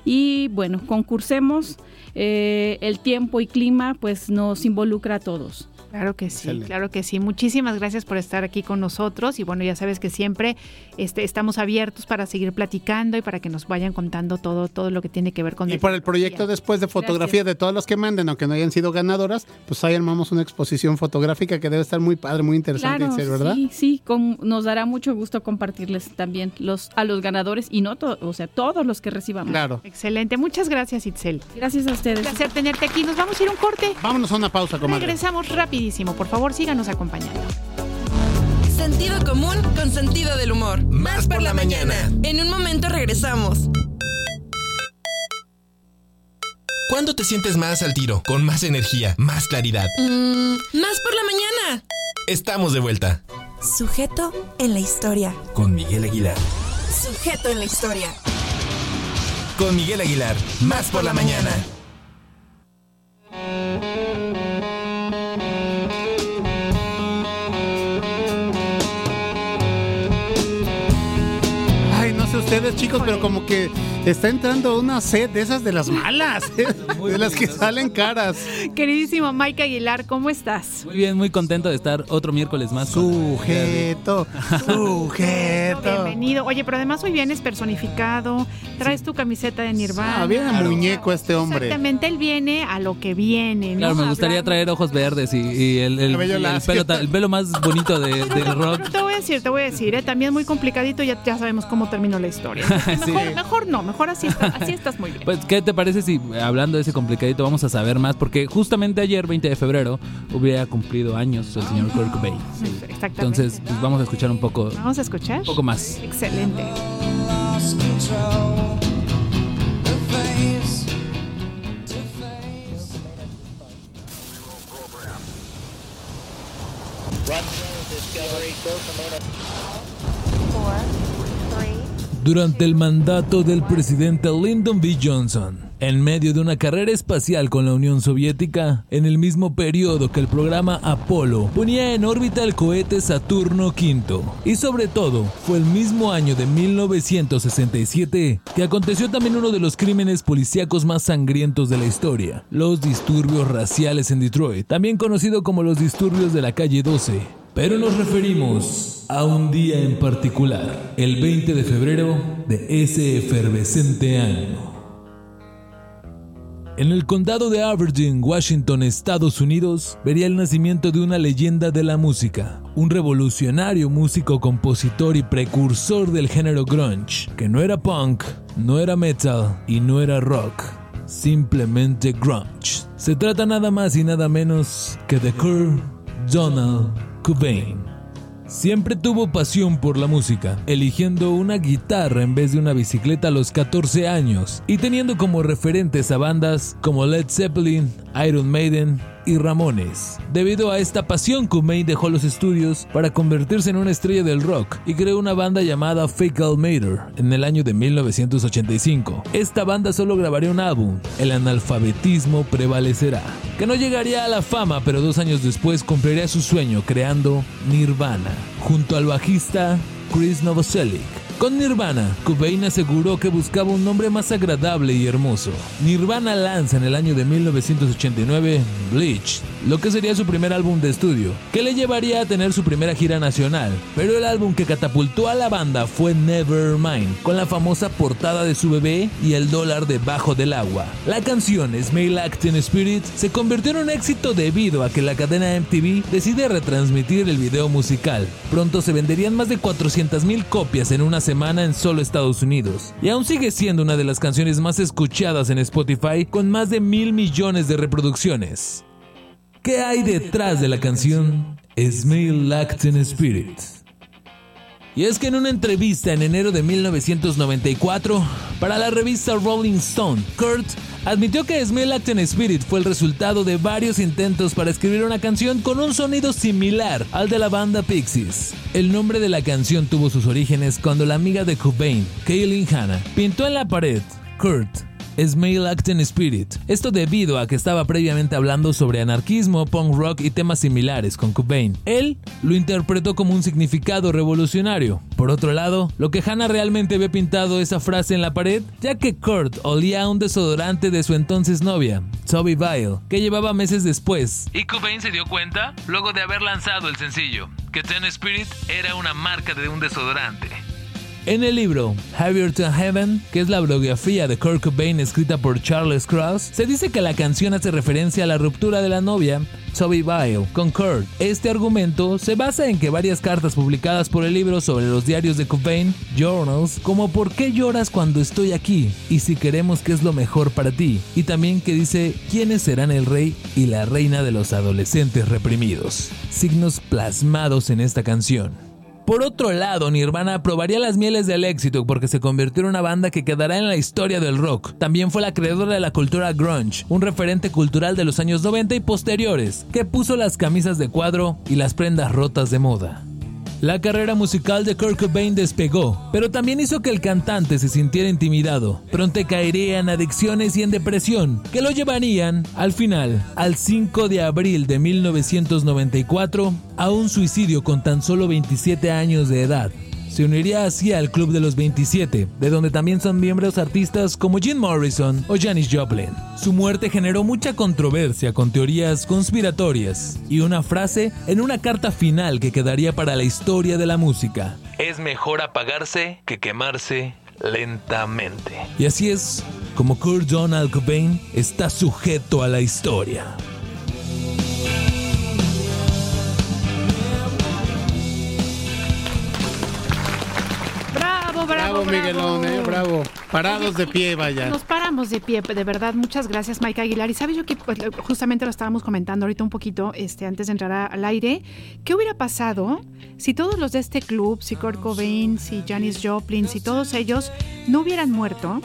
Y bueno, concursemos, eh, el tiempo y clima pues nos involucra a todos. Claro que sí, Excelente. claro que sí. Muchísimas gracias por estar aquí con nosotros y bueno, ya sabes que siempre este, estamos abiertos para seguir platicando y para que nos vayan contando todo, todo lo que tiene que ver con Y para el proyecto después de fotografía Gracias. de todos los que manden, aunque no hayan sido ganadoras, pues ahí armamos una exposición fotográfica que debe estar muy padre, muy interesante, Claro, Itzel, ¿verdad? sí, sí, con, nos dará mucho gusto compartirles también los a los ganadores y no todos, o sea, todos los que recibamos. Claro. Excelente, muchas gracias, Itzel. Gracias a ustedes. Un placer tenerte aquí. Nos vamos a ir a un corte. Vámonos a una pausa, comadre. Regresamos rapidísimo. Por favor, síganos acompañando. Sentido común con sentido del humor. Más por la mañana. En un momento regresamos. ¿Cuándo te sientes más al tiro? Con más energía, más claridad. Mm, más por la mañana. Estamos de vuelta. Sujeto en la historia. Con Miguel Aguilar. Sujeto en la historia. Con Miguel Aguilar. Más por la mañana. ustedes, chicos, pero como que está entrando una sed de esas de las malas, ¿eh? De las que salen caras. Queridísimo Mike Aguilar, ¿cómo estás? Muy bien, muy contento de estar otro miércoles más. Sujeto, sujeto. Bienvenido. Oye, pero además hoy vienes personificado, traes tu camiseta de Nirvana. Ah, viene muñeco este hombre. Exactamente, él viene a lo que viene, ¿no? Claro, me gustaría Hablando- traer ojos verdes y, y el, el, Cabello y el lacio. pelo, ta- el pelo más bonito de, del rock. Te voy a decir, te voy a decir, ¿eh? También muy complicadito, ya, ya sabemos cómo terminó la historia. Sí. Mejor, mejor no, mejor así, está- así estás muy bien. Pues, ¿qué te parece si hablando de ese complicadito vamos a saber más? Porque justamente ayer, veinte de febrero, hubiera cumplido años el señor Kurt Cobain. Exactamente. Entonces, pues vamos a escuchar un poco, Vamos a escuchar. un poco más. Excelente. Lost control. The face to face. Durante el mandato del presidente Lyndon B. Johnson, en medio de una carrera espacial con la Unión Soviética, en el mismo periodo que el programa Apolo ponía en órbita el cohete Saturno quinto, y sobre todo, fue el mismo año de mil novecientos sesenta y siete que aconteció también uno de los crímenes policíacos más sangrientos de la historia, los disturbios raciales en Detroit, también conocido como los disturbios de la calle doce. Pero nos referimos a un día en particular, el veinte de febrero de ese efervescente año. En el condado de Aberdeen, Washington, Estados Unidos, vería el nacimiento de una leyenda de la música, un revolucionario músico, compositor y precursor del género grunge, que no era punk, no era metal y no era rock, simplemente grunge. Se trata nada más y nada menos que de Kurt Donald Cobain. Siempre tuvo pasión por la música, eligiendo una guitarra en vez de una bicicleta a los catorce años y teniendo como referentes a bandas como Led Zeppelin, Iron Maiden y Ramones. Debido a esta pasión, Cobain dejó los estudios para convertirse en una estrella del rock y creó una banda llamada Fecal Matter en el año de mil novecientos ochenta y cinco. Esta banda solo grabaría un álbum, El analfabetismo prevalecerá, que no llegaría a la fama, pero dos años después cumpliría su sueño creando Nirvana, junto al bajista Chris Novoselic. Con Nirvana, Cobain aseguró que buscaba un nombre más agradable y hermoso. Nirvana lanza en el año de mil novecientos ochenta y nueve Bleach, lo que sería su primer álbum de estudio, que le llevaría a tener su primera gira nacional. Pero el álbum que catapultó a la banda fue Nevermind, con la famosa portada de su bebé y el dólar debajo del agua. La canción Smell Like Teen Spirit se convirtió en un éxito debido a que la cadena M T V decide retransmitir el video musical. Pronto se venderían más de cuatrocientas mil copias en una semana en solo Estados Unidos, y aún sigue siendo una de las canciones más escuchadas en Spotify con más de mil millones de reproducciones. ¿Qué hay detrás de la canción Smell Like Teen Spirit? Y es que en una entrevista en enero de mil novecientos noventa y cuatro para la revista Rolling Stone, Kurt admitió que Smell Like Teen Spirit fue el resultado de varios intentos para escribir una canción con un sonido similar al de la banda Pixies. El nombre de la canción tuvo sus orígenes cuando la amiga de Cobain, Kaylin Hanna, pintó en la pared Kurt Smell Like Teen Spirit. Esto debido a que estaba previamente hablando sobre anarquismo, punk rock y temas similares con Cobain. Él lo interpretó como un significado revolucionario. Por otro lado, lo que Hannah realmente había pintado esa frase en la pared, ya que Kurt olía a un desodorante de su entonces novia, Toby Vile, que llevaba meses después. Y Cobain se dio cuenta, luego de haber lanzado el sencillo, que Teen Spirit era una marca de un desodorante. En el libro Higher to Heaven, que es la biografía de Kurt Cobain escrita por Charles Krauss, se dice que la canción hace referencia a la ruptura de la novia, Toby Vile, con Kurt. Este argumento se basa en que varias cartas publicadas por el libro sobre los diarios de Cobain, journals, como ¿por qué lloras cuando estoy aquí? Y si queremos qué es lo mejor para ti. Y también que dice ¿quiénes serán el rey y la reina de los adolescentes reprimidos? Signos plasmados en esta canción. Por otro lado, Nirvana probaría las mieles del éxito porque se convirtió en una banda que quedará en la historia del rock. También fue la creadora de la cultura grunge, un referente cultural de los años noventa y posteriores, que puso las camisas de cuadro y las prendas rotas de moda. La carrera musical de Kurt Cobain despegó, pero también hizo que el cantante se sintiera intimidado. Pronto caería en adicciones y en depresión, que lo llevarían, al final, al cinco de abril de mil novecientos noventa y cuatro, a un suicidio con tan solo veintisiete años de edad. se uniría así al Club de los veintisiete, de donde también son miembros artistas como Jim Morrison o Janis Joplin. Su muerte generó mucha controversia con teorías conspiratorias y una frase en una carta final que quedaría para la historia de la música. Es mejor apagarse que quemarse lentamente. Y así es como Kurt Donald Cobain está sujeto a la historia. Bravo, bravo, Bravo, Miguelón, eh, bravo. Parados de pie, vaya. Nos paramos de pie, de verdad. Muchas gracias, Mike Aguilar. Y sabes yo que pues, justamente lo estábamos comentando ahorita un poquito, este, antes de entrar a- al aire. ¿Qué hubiera pasado si todos los de este club, si Kurt Cobain, si Janis Joplin, si todos ellos no hubieran muerto?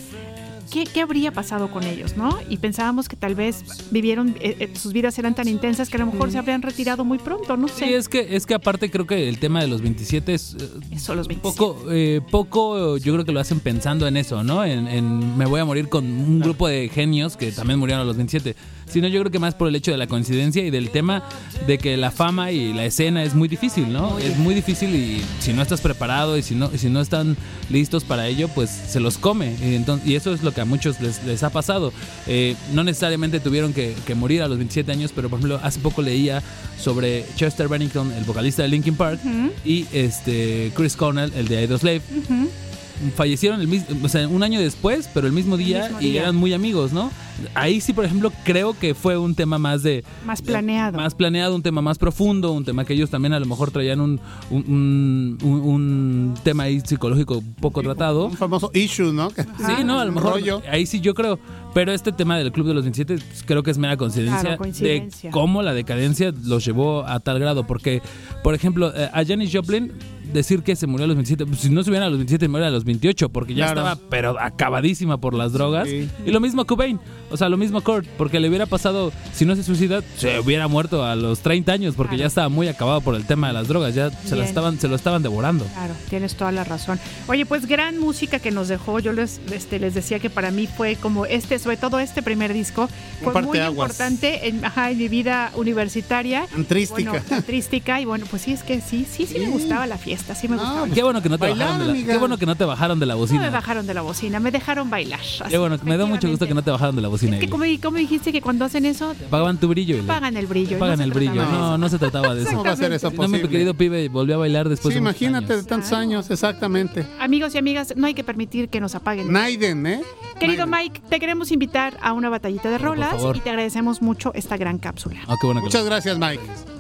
¿Qué, qué habría pasado con ellos, no? Y pensábamos que tal vez vivieron, eh, eh, sus vidas eran tan intensas que a lo mejor se habrían retirado muy pronto, no sé. Sí, es que, es que aparte creo que el tema de los veintisiete es eh, Eso, los un poco, eh, poco, yo creo que lo hacen pensando en eso, ¿no? En, en me voy a morir con un grupo de genios que también murieron a los veintisiete. Sino yo creo que más por el hecho de la coincidencia y del tema de que la fama y la escena es muy difícil, ¿no? Muy es muy difícil y si no estás preparado y si no, y si no están listos para ello, pues se los come. Y, entonces, y eso es lo que a muchos les, les ha pasado. Eh, no necesariamente tuvieron que, que morir a los veintisiete años, pero por ejemplo, hace poco leía sobre Chester Bennington, el vocalista de Linkin Park, Ujú. y este Chris Cornell, el de Audioslave. Ujú. Fallecieron el mismo, o sea, un año después, pero el mismo día, mismo y día. eran muy amigos, ¿no? Ahí sí, por ejemplo, creo que fue un tema más de... Más planeado. Más planeado, un tema más profundo, un tema que ellos también a lo mejor traían un, un, un- un- un tema ahí psicológico poco tratado. Un famoso issue, ¿no? Sí, no, a lo Un mejor rollo. ahí sí yo creo. Pero este tema del Club de los veintisiete pues, creo que es mera coincidencia, Claro, coincidencia. de cómo la decadencia los llevó a tal grado. Porque, por ejemplo, eh, a Janis Joplin decir que se murió a los veintisiete, pues, si no se hubiera a los veintisiete, murió a los veintiocho, porque ya Claro. estaba pero acabadísima por las drogas. Sí. Y lo mismo Cobain, o sea, lo mismo Kurt, porque le hubiera pasado, si no se suicida, se hubiera muerto a los treinta años, porque ya estaba muy acabado por el tema de las drogas, ya se, la Bien. estaban, se lo estaban devorando. Claro, tienes toda la razón. Oye, pues gran música que nos dejó. Yo les, este, les decía que para mí fue como este, sobre todo este primer disco, fue muy parteaguas. importante en, ajá, en mi vida universitaria. Antrística. Bueno, antrística. Y bueno, pues sí, es que sí, sí, sí me gustaba la fiesta, sí me gustaba. Qué bueno que no te Bailar, bajaron de la, amiga. qué bueno que no te bajaron de la No me bocina. bajaron de la bocina, me dejaron bailar. así, Qué bueno, me da mucho gusto que no te bajaron de la bocina. Es que Eli. como, como dijiste que cuando hacen eso, Pagaban tu brillo. Eli. pagan el brillo. y Pagan no el se brillo. trataba de No, eso. no se trataba de eso. ¿Cómo va a ser eso Si no, mi posible? querido pibe volvió a bailar después Sí, de muchos imagínate de años. tantos años, exactamente. Amigos y amigas, no hay que permitir que nos apaguen. Naiden, ¿eh? Querido Mike, te queremos invitar a una batallita de Por rolas favor. y te agradecemos mucho esta gran cápsula. Ah, qué bueno que Muchas gracias, Mike.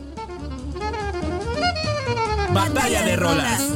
Batalla de rolas.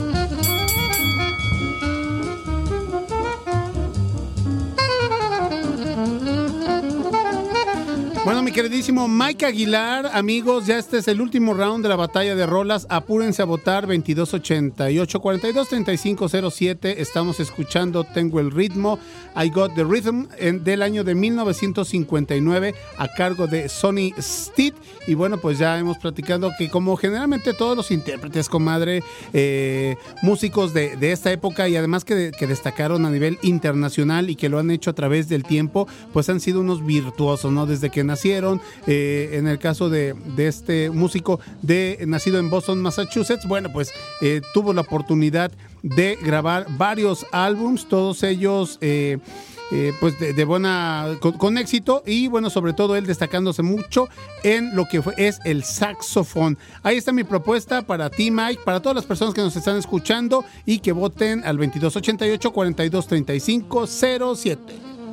Bueno, mi queridísimo Mike Aguilar, amigos, ya este es el último round de la batalla de rolas. Apúrense a votar veintidós ochenta y ocho, cuarenta y dos, treinta y cinco cero siete. Estamos escuchando Tengo el ritmo, I Got the Rhythm, en- del año de mil novecientos cincuenta y nueve a cargo de Sonny Stitt. Y bueno, pues ya hemos platicado que como generalmente todos los intérpretes, comadre, eh, músicos de, de esta época y además que, que destacaron a nivel internacional y que lo han hecho a través del tiempo, pues han sido unos virtuosos, ¿no? Desde que nacieron, eh, en el caso de, de este músico de nacido en Boston, Massachusetts, bueno, pues eh, tuvo la oportunidad de grabar varios álbums, todos ellos... Eh, eh, pues de, de buena con, con éxito y bueno, sobre todo él destacándose mucho en lo que fue, es el saxofón. Ahí está mi propuesta para ti, Mike, para todas las personas que nos están escuchando y que voten al veintidós ochenta y ocho, cuarenta y dos, treinta y cinco cero siete.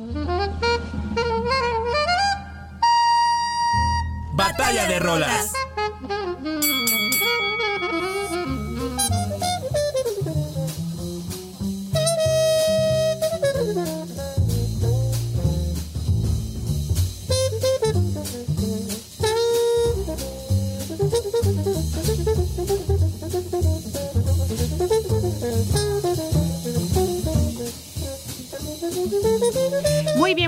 Batalla de rolas. Muy bien,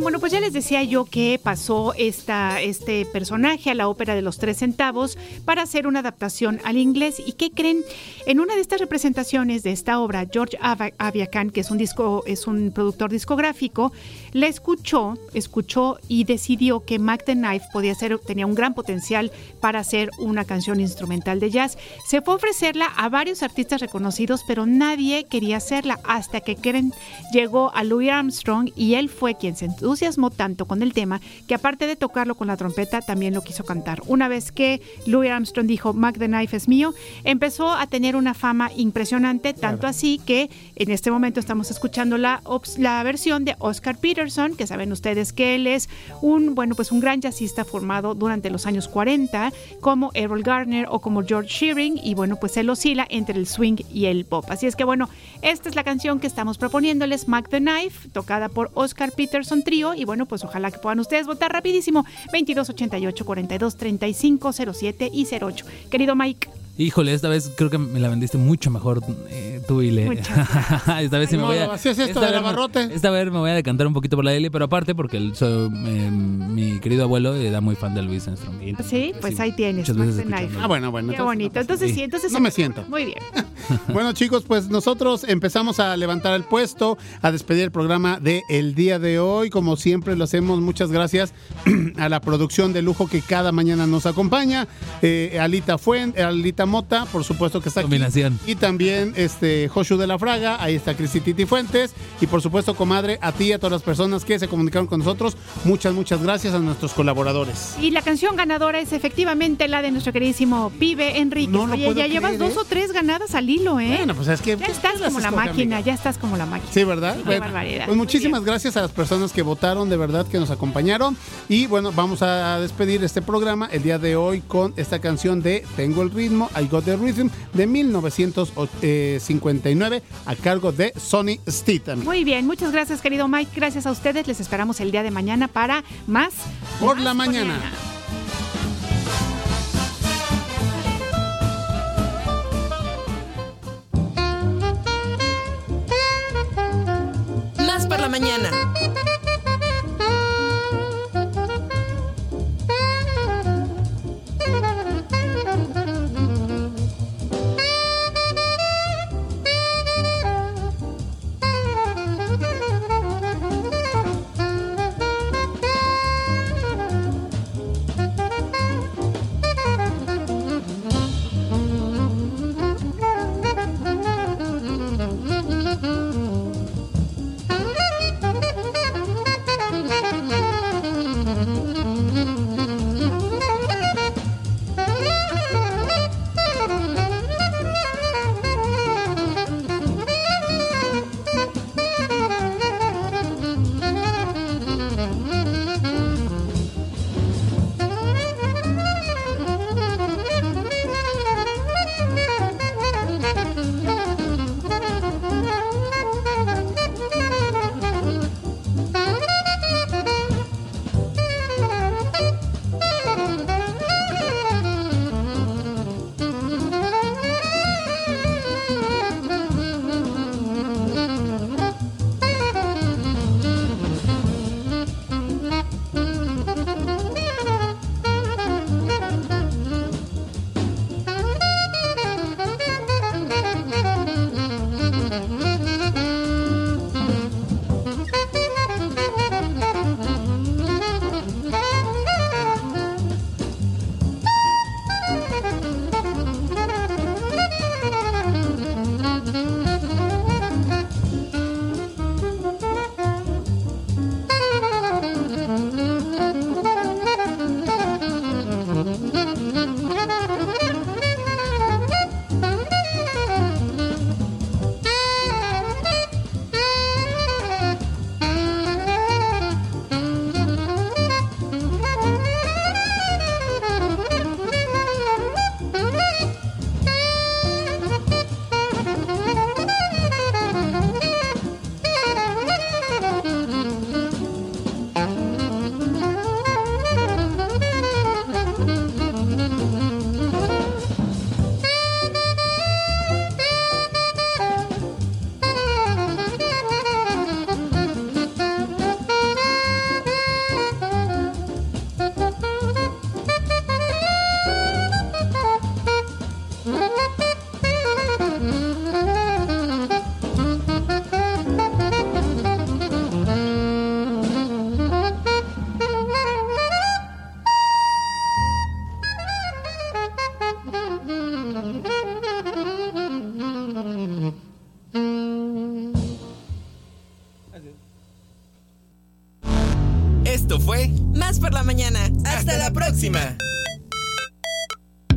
bueno, pues ya les decía yo que pasó esta, este personaje a la ópera de los tres centavos para hacer una adaptación al inglés. ¿Y qué creen? En una de estas representaciones de esta obra, George Aviacan, que es un disco, es un productor discográfico, la escuchó, escuchó y decidió que Mac the Knife podía ser, tenía un gran potencial para hacer una canción instrumental de jazz. Se fue a ofrecerla a varios artistas reconocidos, pero nadie quería hacerla hasta que creen, llegó a Louis Armstrong y él fue quien se entusiasmó tanto con el tema que aparte de tocarlo con la trompeta también lo quiso cantar. Una vez que Louis Armstrong dijo Mac the Knife es mío, empezó a tener una fama impresionante, tanto claro. así que en este momento estamos escuchando la, la versión de Oscar Peterson, que saben ustedes que él es un, bueno, pues un gran jazzista formado durante los años cuarenta, como Errol Garner o como George Shearing, y bueno, pues él oscila entre el swing y el pop. Así es que bueno, esta es la canción que estamos proponiéndoles, Mac the Knife, tocada por Oscar Peterson Trio, y bueno, pues ojalá que puedan ustedes votar rapidísimo, veintidós ochenta y ocho, cuarenta y dos, treinta y cinco, cero siete y cero ocho. Querido Mike. Híjole, esta vez creo que me la vendiste mucho mejor eh, tú, Ile. esta vez sí me voy a... Así es esto del abarrote. Esta vez me voy a decantar un poquito por la Ile, pero aparte porque el, so, eh, mi querido abuelo era muy fan de Louis Armstrong. Sí, pues sí, ahí tienes. Ah, bueno, bueno. Qué bonito. Entonces sí, entonces... No me siento. Muy bien. Bueno, chicos, pues nosotros empezamos a levantar el puesto, a despedir el programa de el día de hoy. Como siempre lo hacemos, muchas gracias a la producción de lujo que cada mañana nos acompaña. Eh, Alita Fuente, Alita Mota, por supuesto que está Combinación. Aquí. Y también este Joshu de la Fraga, ahí está Cristi Titi Fuentes. Y por supuesto, comadre, a ti y a todas las personas que se comunicaron con nosotros, muchas, muchas gracias a nuestros colaboradores. Y la canción ganadora es efectivamente la de nuestro queridísimo Pibe Enrique. No lo Oye, puedo ya creer, llevas ¿eh? dos o tres ganadas al hilo, ¿eh? Bueno, pues es que... Ya estás como la máquina, amiga? ya estás como la máquina. Sí, ¿verdad? Sí, bueno, qué barbaridad. Pues muchísimas gracias a las personas que votaron, de verdad, que nos acompañaron. Y bueno, vamos a despedir este programa el día de hoy con esta canción de Tengo el ritmo, I Got the Rhythm, de mil novecientos cincuenta y nueve, a cargo de Sonny Stitt. Muy bien, muchas gracias, querido Mike. Gracias a ustedes. Les esperamos el día de mañana para más por más la mañana. Más por la mañana. por la mañana. Hasta, Hasta la próxima.